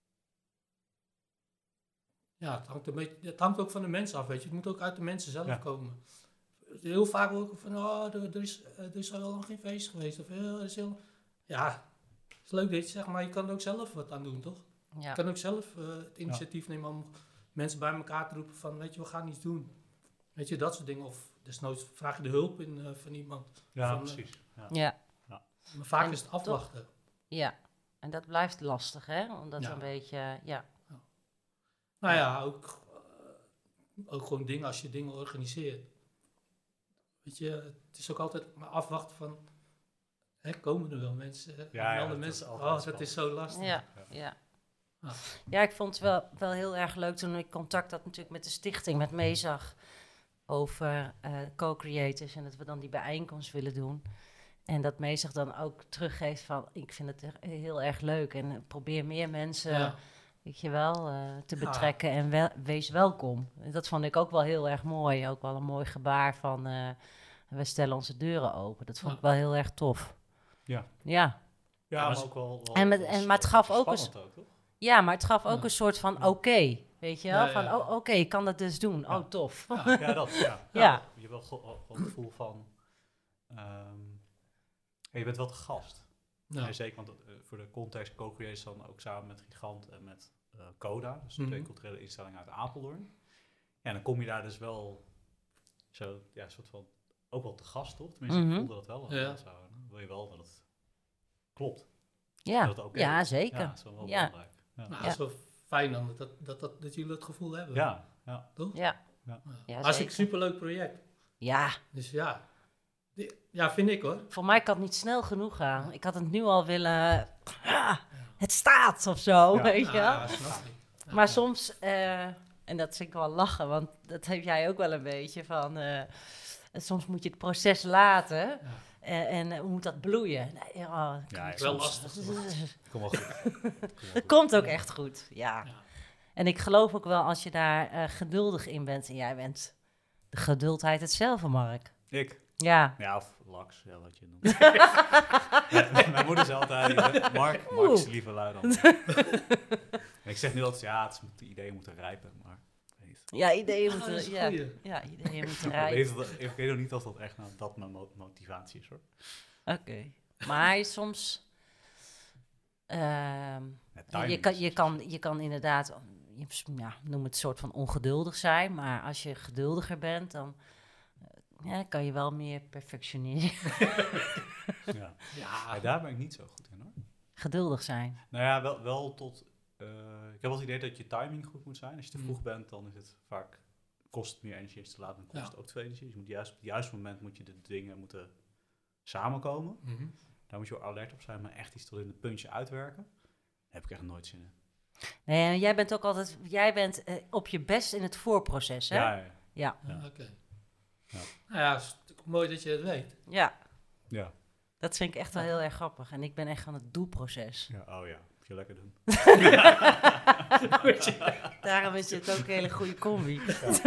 ja, het hangt, een beetje, het hangt ook van de mensen af, weet je. Het moet ook uit de mensen zelf Ja. komen. Heel vaak hoor ik van, oh, er, er, is, er is al lang geen feest geweest. Of, er is heel, ja, het is leuk dat je zegt, maar je kan er ook zelf wat aan doen, toch? Ja. Je kan ook zelf uh, het initiatief ja. nemen om mensen bij elkaar te roepen van, weet je, we gaan iets doen. Weet je, dat soort dingen. Of desnoods vraag je de hulp in uh, van iemand. Ja, van, precies. Ja. Ja. Ja. Maar vaak En is het afwachten. Toch, ja, en dat blijft lastig, hè? Omdat Ja. een beetje, ja. Ja. Nou ja, ook, uh, ook gewoon dingen als je dingen organiseert. Weet je, het is ook altijd maar afwachten van, hè, komen er wel mensen? Hè? Ja, ja, alle dat mensen, is oh, altijd dat is zo lastig. Ja, ja. Ah. Ja, ik vond het wel, wel heel erg leuk toen ik contact had natuurlijk met de stichting, met Meezag, over uh, co-creators en dat we dan die bijeenkomst willen doen. En dat Meezag dan ook teruggeeft van, ik vind het heel erg leuk en uh, probeer meer mensen, Ja. weet je wel, uh, te Ja. betrekken en wel, wees welkom. En dat vond ik ook wel heel erg mooi, ook wel een mooi gebaar van, uh, we stellen onze deuren open. Dat vond Ja. ik wel heel erg tof. Ja. Ja. Ja, maar maar ook wel... wel En met- wel en- maar het gaf ook spannend eens- ook, toch? Ja, maar het gaf ook Ja. een soort van Ja. oké, okay, weet je wel? Ja, Van ja. oh, oké, okay, ik kan dat dus doen. Ja. Oh, tof. Ja. Ja, dat, ja. Ja. Je hebt wel gewoon het gevoel van... Um, je bent wel te gast. Ja. Ja, zeker, want uh, voor de context co-creators dan ook samen met Gigant en met uh, Coda, dus Mhm. twee culturele instellingen uit Apeldoorn. Ja, dan kom je daar dus wel zo, ja, een soort van, ook wel te gast, toch? Tenminste, Mhm. ik voelde dat wel. Ja. Ja. Zo. Dan wil je wel dat het klopt. Ja, Dat het oké ja is. zeker. Ja, dat is wel, wel Ja. belangrijk. Ja. Nou, Ja. dat is wel fijn dan, dat, dat, dat, dat jullie het gevoel hebben. Ja, ja. Toch? Ja, Ja. Ja, Maar het is zeker. een superleuk project. ja. Dus ja, Die- ja, vind ik hoor. Voor mij kan het niet snel genoeg gaan. Ik had het nu al willen... Ah, het staat of zo, Ja. weet je wel? Ja, snap ik. Ja, Maar ja. soms, uh, en dat vind ik wel lachen, want dat heb jij ook wel een beetje van... Uh, soms moet je het proces laten Ja. uh, en uh, moet dat bloeien. Nee, oh, Ja, Wel soms- lastig. Kom wel goed. Kom wel Het goed. komt ook echt goed, ja. Ja. En ik geloof ook wel als je daar uh, geduldig in bent. En jij bent de geduldheid hetzelfde, Mark. Ik? Ja. Ja, of Laks, ja, wat je noemt. Ja, mijn moeder zei altijd, Mark, Mark is liever lui dan. En ik zeg nu altijd, ja, het is, de ideeën moeten rijpen, maar ik weet niet. Ja, ideeën Ah, dat is moeten, een ja, goeie. ja, ideeën moeten Ik rijden. weet, dat, ik weet nog niet of dat echt nou, dat mijn mo- motivatie is, hoor. Oké. Okay. Maar soms... ehm, Ja, timing je, kan, is je, dus- kan, je kan inderdaad, je, ja, noem het een soort van ongeduldig zijn. Maar als je geduldiger bent, dan uh, ja, kan je wel meer perfectioneren. Ja. Ja, daar ben ik niet zo goed in, hoor. Geduldig zijn. Nou ja, wel, wel tot... Uh, ik heb wel het idee dat je timing goed moet zijn. Als je te Mm. vroeg bent, dan is het vaak... kost het meer energie. Als je te laat bent, kost Ja. het ook veel energie. Dus je moet juist, op het juiste moment moet je de dingen moeten samenkomen. Mhm. Daar moet je wel alert op zijn, maar echt iets tot in de puntje uitwerken. Daar heb ik echt nooit zin in. Nee, en jij bent ook altijd, jij bent uh, op je best in het voorproces, hè? Ja, ja, Ja. Ja. Ah, Oké. Ja. Nou ja, het is natuurlijk mooi dat je het weet. Ja, ja. dat vind ik echt wel heel erg grappig. En ik ben echt van het doelproces. ja. Oh ja, moet je lekker doen. Daarom is het ook een hele goede combi.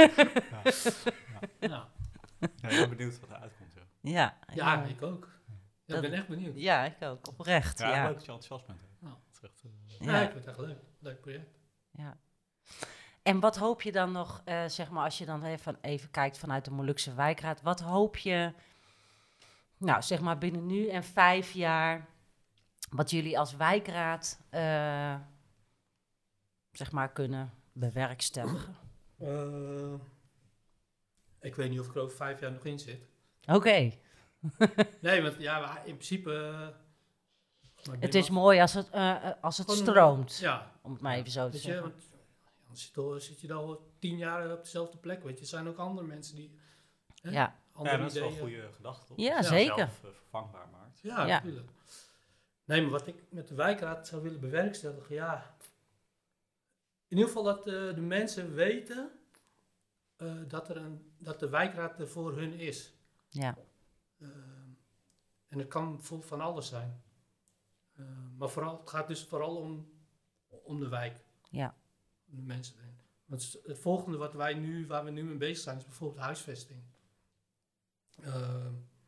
Nou, Ja, ik ben benieuwd wat eruit komt. Ja, Ja, ja, ja. ik ook. Ja, Dat- ik ben echt benieuwd. Ja, ik ook. Oprecht, ja, ja. leuk dat je enthousiast bent. Hè. Nou. Dat is echt, uh, Ja, Ja. ik vind het echt leuk. Leuk project. Ja. En wat hoop je dan nog, uh, zeg maar, als je dan even, even kijkt vanuit de Molukse wijkraad, wat hoop je, nou, zeg maar binnen nu en vijf jaar, wat jullie als wijkraad, uh, zeg maar, kunnen bewerkstelligen? Uh, ik weet niet of ik er over vijf jaar nog in zit. Oké. Okay. Nee, want ja, in principe uh, Maar ik Het ben is wel- mooi als het, eh, eh, als het Gewoon, stroomt, Ja, om het maar even zo te weet je, zeggen. want dan zit, al- zit je dan al tien jaar op dezelfde plek, weet je. Er zijn ook andere mensen die hè, Ja, andere Ja, dat is wel ideeën... een goede gedachte, toch? Ja, Dat je zeker. jezelf, eh, vervangbaar maakt. Ja, Ja. natuurlijk. Nee, maar wat ik met de wijkraad zou willen bewerkstelligen, ja... In ieder geval dat uh, de mensen weten uh, dat, er een, dat de wijkraad er voor hun is. ja, Uh, en het kan voor van alles zijn. Uh, maar vooral, het gaat dus vooral om, om de wijk. ja, Om de mensen erin. Want het volgende wat wij nu, waar we nu mee bezig zijn, is bijvoorbeeld huisvesting. Uh,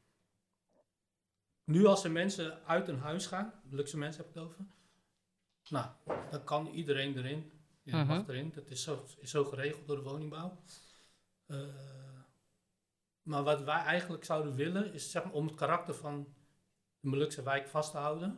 nu als er mensen uit een huis gaan, luxe mensen heb ik het over. Nou, dan kan iedereen erin. Iedereen Mhm. mag erin. Dat is zo, is zo geregeld door de woningbouw. Uh, maar wat wij eigenlijk zouden willen, is zeg maar, om het karakter van de Molukse wijk vast te houden,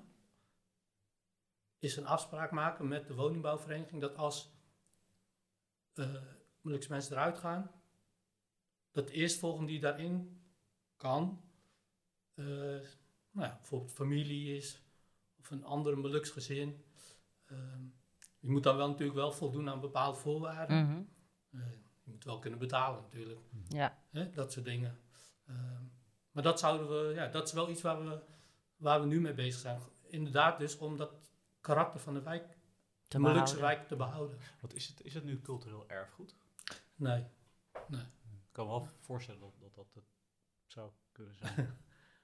is een afspraak maken met de woningbouwvereniging dat als uh, Molukse mensen eruit gaan, dat de eerstvolgende die daarin kan, uh, nou ja, bijvoorbeeld familie is of een andere Moluks gezin. Uh, je moet dan wel natuurlijk wel voldoen aan bepaalde voorwaarden. mhm, Uh, je moet wel kunnen betalen natuurlijk. ja, Hè, dat soort dingen. Uh, maar dat zouden we, ja, dat is wel iets waar we, waar we nu mee bezig zijn. Inderdaad dus om dat karakter van de wijk, te de Molukse behouden. wijk te behouden. Wat is het, is het nu cultureel erfgoed? Nee. Ik kan me wel voorstellen dat dat, dat het zou kunnen zijn.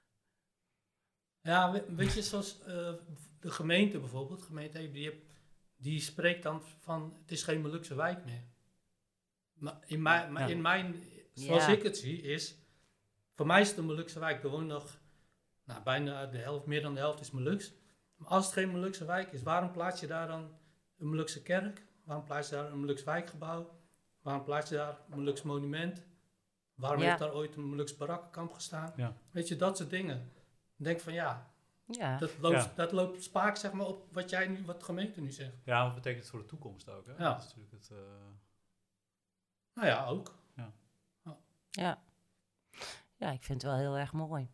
Ja, we- weet je, zoals uh, de gemeente bijvoorbeeld, gemeente Epe, die, heb- die spreekt dan van, het is geen Molukse wijk meer. Maar in mijn, maar Ja. in mijn zoals Ja. ik het zie, is, voor mij is het een Molukse wijk. Er woont nog, nou, bijna de helft, meer dan de helft is Moluks. Maar als het geen Molukse wijk is, waarom plaats je daar dan een Molukse kerk? Waarom plaats je daar een Moluks wijkgebouw? Waarom plaats je daar een Moluks monument? Waarom Ja. heeft daar ooit een Moluks barakkenkamp gestaan? Ja. Weet je, dat soort dingen. Ik denk van ja, Ja, dat loopt, Ja. dat loopt spaak zeg maar op wat jij nu, wat de gemeente nu zegt. Ja, wat betekent het voor de toekomst ook? Hè? Ja. Dat is natuurlijk het, uh... Nou ja, ook. ja. Ja, ik vind het wel heel erg mooi.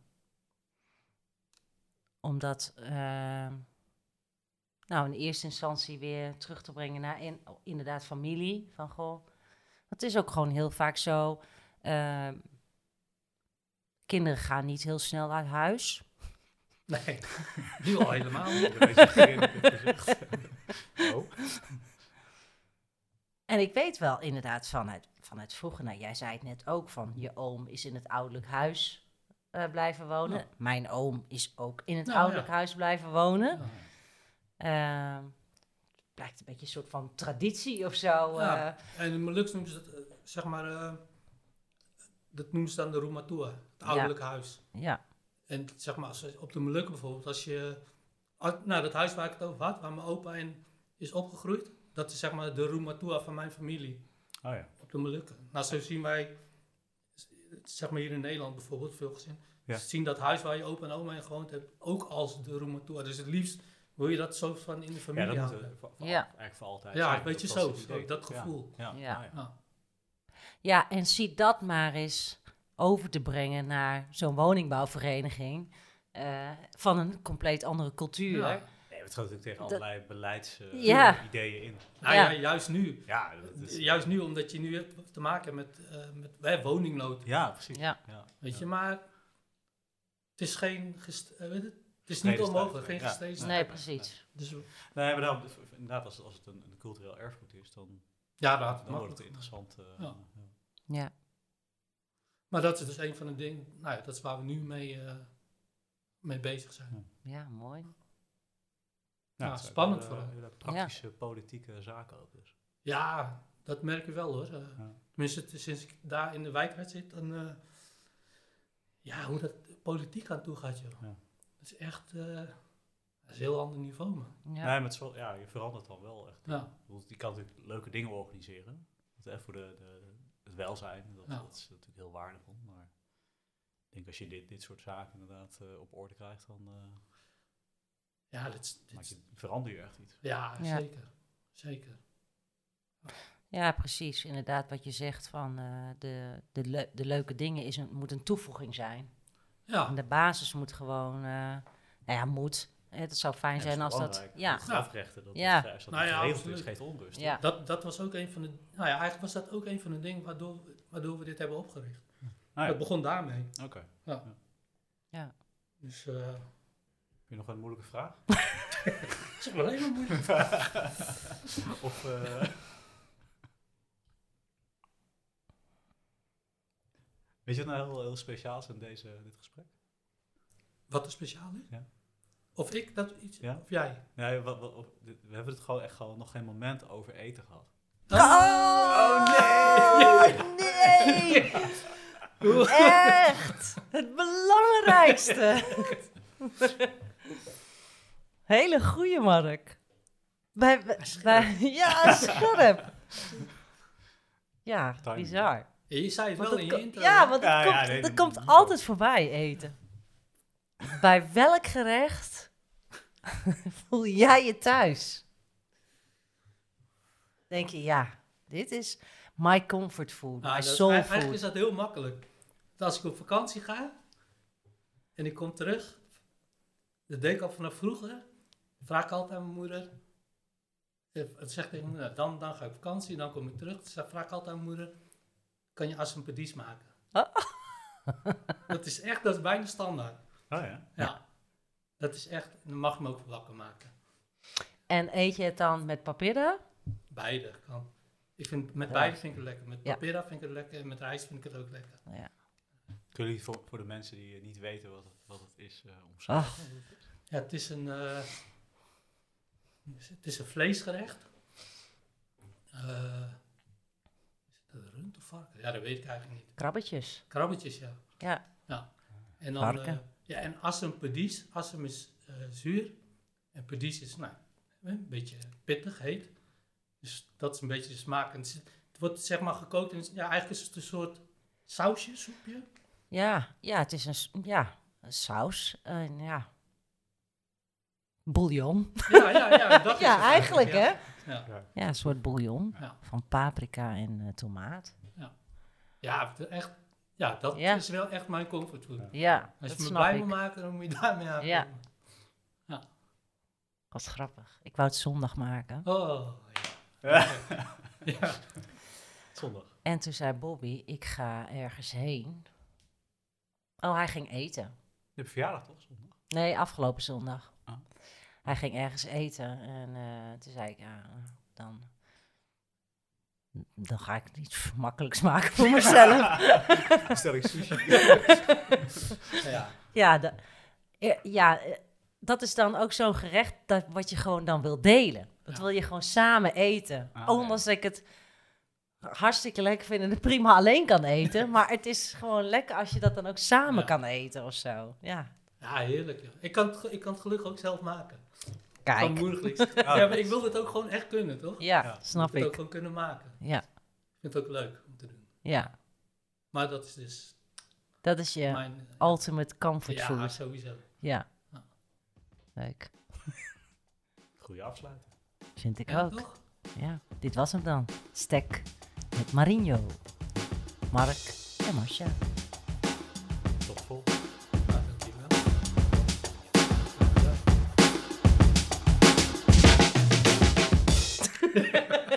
Omdat, uh, nou, in eerste instantie weer terug te brengen naar in, inderdaad familie. Van goh, het is ook gewoon heel vaak zo. Uh, kinderen gaan niet heel snel uit huis. Nee, nu al helemaal niet. Oh. En ik weet wel inderdaad vanuit, vanuit vroeger, nou jij zei het net ook, van je oom is in het ouderlijk huis uh, blijven wonen. Ja. Mijn oom is ook in het Nou, ouderlijk ja. huis blijven wonen. Ja. Uh, het blijkt een beetje een soort van traditie of zo. Ja. Uh, En in Moluks noemen ze dat, uh, zeg maar, uh, dat noemen ze dan de Rumatua, het ouderlijk huis. ja, En zeg maar, als, op de Molukken bijvoorbeeld, als je, als, nou dat huis waar ik het over had, waar mijn opa in is opgegroeid, dat is zeg maar de Rumatua van mijn familie. Oh ja. Op de Molukken. Nou, zo zien wij, zeg maar hier in Nederland bijvoorbeeld, veel gezien, Ja. zien dat huis waar je opa en oma in gewoond hebt, ook als de Rumatua. Dus het liefst wil je dat zo van in de Ja, familie dat moet houden. uh, voor, voor Ja. al- eigenlijk voor altijd Ja, zijn. weet je Dat zo, was het zo, idee. dat Ja. gevoel. Ja. Ja. Ah, ja. Ja. ja, en zie dat maar eens over te brengen naar zo'n woningbouwvereniging uh, van een compleet andere cultuur. Ja. Nee, het gaat natuurlijk tegen Dat- allerlei beleidsideeën Ja. ideeën in. Nou Ja. ja, juist nu. Ja, dat is, Juist nu, omdat je nu hebt te maken hebt met, uh, met hè, woningnood. Ja, precies. Ja. Ja. Weet Ja. je, maar het is geen, gest- uh, weet het, het is Geen niet onmogelijk, strijd, geen ja. gestezen. Nee, precies. Dus Nee, maar dan, inderdaad, als, als het een, een cultureel erfgoed is, dan, ja, dat had het dan wordt makkelijk. het interessant. Uh, Ja. ja. Ja, Maar dat is dus een van de dingen, nou ja, dat is waar we nu mee, uh, mee bezig zijn. ja, mooi. Ja, het zijn spannend hele- vooral. hele praktische politieke zaken ook dus. Ja, dat merk je wel hoor. Uh, Ja. Tenminste, t- sinds ik daar in de wijkraad zit, dan, uh, ja, hoe dat politiek aan toe gaat, joh. Ja. Dat is echt, uh, dat is een heel ander niveau, man. Ja, Nee, maar het is wel, ja, je verandert dan wel echt. Ja. Ik bedoel, je kan natuurlijk leuke dingen organiseren. Dat, eh, voor de, de, het welzijn, dat, Ja. dat is natuurlijk heel waardevol. Maar ik denk als je dit, dit soort zaken inderdaad uh, op orde krijgt, dan uh, Ja, dit, is- dit, maak is- je, verander je echt iets. ja, Ja. zeker. Zeker. ja, precies. Inderdaad wat je zegt van uh, de, de, le- de leuke dingen is een, moet een toevoeging zijn. Ja, En de basis moet gewoon, uh, nou ja, moet. Het zou fijn Ja, zijn dat is als dat... belangrijk. Ja, Strafrechten, dat Ja. is juist dat Nou het ja, geregeld is, absoluut. geeft onrust. ja. Dat, dat was ook een van de... Nou ja, eigenlijk was dat ook een van de dingen waardoor, we- waardoor we dit hebben opgericht. Ah, ja. Het begon daarmee. Oké. ja. Dus... eh Heb je nog een moeilijke vraag? dat is wel helemaal moeilijk. of... Uh... Weet je wat nou heel, heel speciaal is in deze, dit gesprek? Wat er speciaal is? Ja. Of ik dat iets... Ja? Of jij? Nee, wat, wat, of- dit- we hebben het gewoon echt gewoon nog geen moment over eten gehad. Oh, nee! nee! Echt! Het belangrijkste! Hele goeie, Mark. Bij, bij, bij- ja, scherp. Ja, Timing. bizar. Ja, je zei het Want wel het in je ko- intro. ja, hè? want het Ja, ja, komt, nee, het dat- komt dat- altijd voorbij, eten. Bij welk gerecht voel jij je thuis? Denk je, ja, dit is my comfort food, Nou, my dat is- soul eigenlijk food. is dat heel makkelijk. Als ik op vakantie ga en ik kom terug, dat deed ik al vanaf vroeger, vraag ik altijd aan mijn moeder. eh, Het zegt tegen mijn moeder, dan, dan ga ik op vakantie, dan kom ik terug. Dus dan vraag ik altijd aan mijn moeder, kan je assemblées maken? Oh. Dat is echt, dat is bijna standaard. Oh ja? Ja. Dat is echt, dan mag je me ook wakker maken. En eet je het dan met papira? Beide kan. Ik vind, met Ja. beide vind ik het lekker. Met Ja. papira vind ik het lekker en met rijst vind ik het ook lekker. Ja. Kunnen jullie voor, voor de mensen die eh, niet weten wat het, wat het is, uh, Oh. omschrijven? Ja, het is een, eh, het is een vleesgerecht. Eh, is het rund of varken? Ja, dat weet ik eigenlijk niet. Krabbetjes. Krabbetjes, ja. Ja. ja. En dan, Varken. eh, ja, en assem pedies. Assem is eh, zuur. En pedies is, nou, een beetje pittig, heet. Dus dat is een beetje de smaak. En het, is- het wordt zeg maar gekookt en ja, eigenlijk is het een soort sausje, soepje. Ja, ja, het is een, s- ja, een saus. En ja. Bouillon. Ja, ja, ja. Dat is Ja, het eigenlijk, hè? ja. Ja. Ja, een soort bouillon Ja. van paprika en eh, tomaat. Ja, het- echt. Ja, dat Ja. is wel echt mijn comfortfood. Ja, Als dat je me snap blij ik. moet maken, dan moet je daarmee aankomen. Ja. Wat grappig. Ik wou het zondag maken. Oh, Ja. ja. ja. Zondag. En toen zei Bobby, ik ga ergens heen. Oh, hij ging eten. Je hebt verjaardag toch, zondag? Nee, afgelopen zondag. Oh. Hij ging ergens eten en eh, toen zei ik, ja, dan, dan ga ik iets makkelijks maken voor mezelf. Stel ik sushi. ja. Ja, de, eh, ja, eh, dat is dan ook zo'n gerecht dat, wat je gewoon dan wil delen. Dat Ja. wil je gewoon samen eten. Ah, Ondanks dat ik het hartstikke lekker vind en het prima alleen kan eten. Maar het is gewoon lekker als je dat dan ook samen Ja. kan eten of zo. Ja, Ja, heerlijk. Ja. Ik, kan het, ge- ik kan het gelukkig ook zelf maken. Van kijk. moeilijk. Ja, maar ik wil het ook gewoon echt kunnen, toch? Ja, Ja, snap Ik wil het ook ik. gewoon kunnen maken. Ja, Ik vind het ook leuk om te doen. ja. Maar dat is dus Dat is je mijn... eh, ultimate comfort ja, food. sowieso. Ja. Ja. Leuk. Goeie afsluiter. Vind ik Ja, ook. toch? Ja, dit was hem dan. Stek met Marinho, Mark en Marcia. Tot vol. Nou, dankjewel. Ja.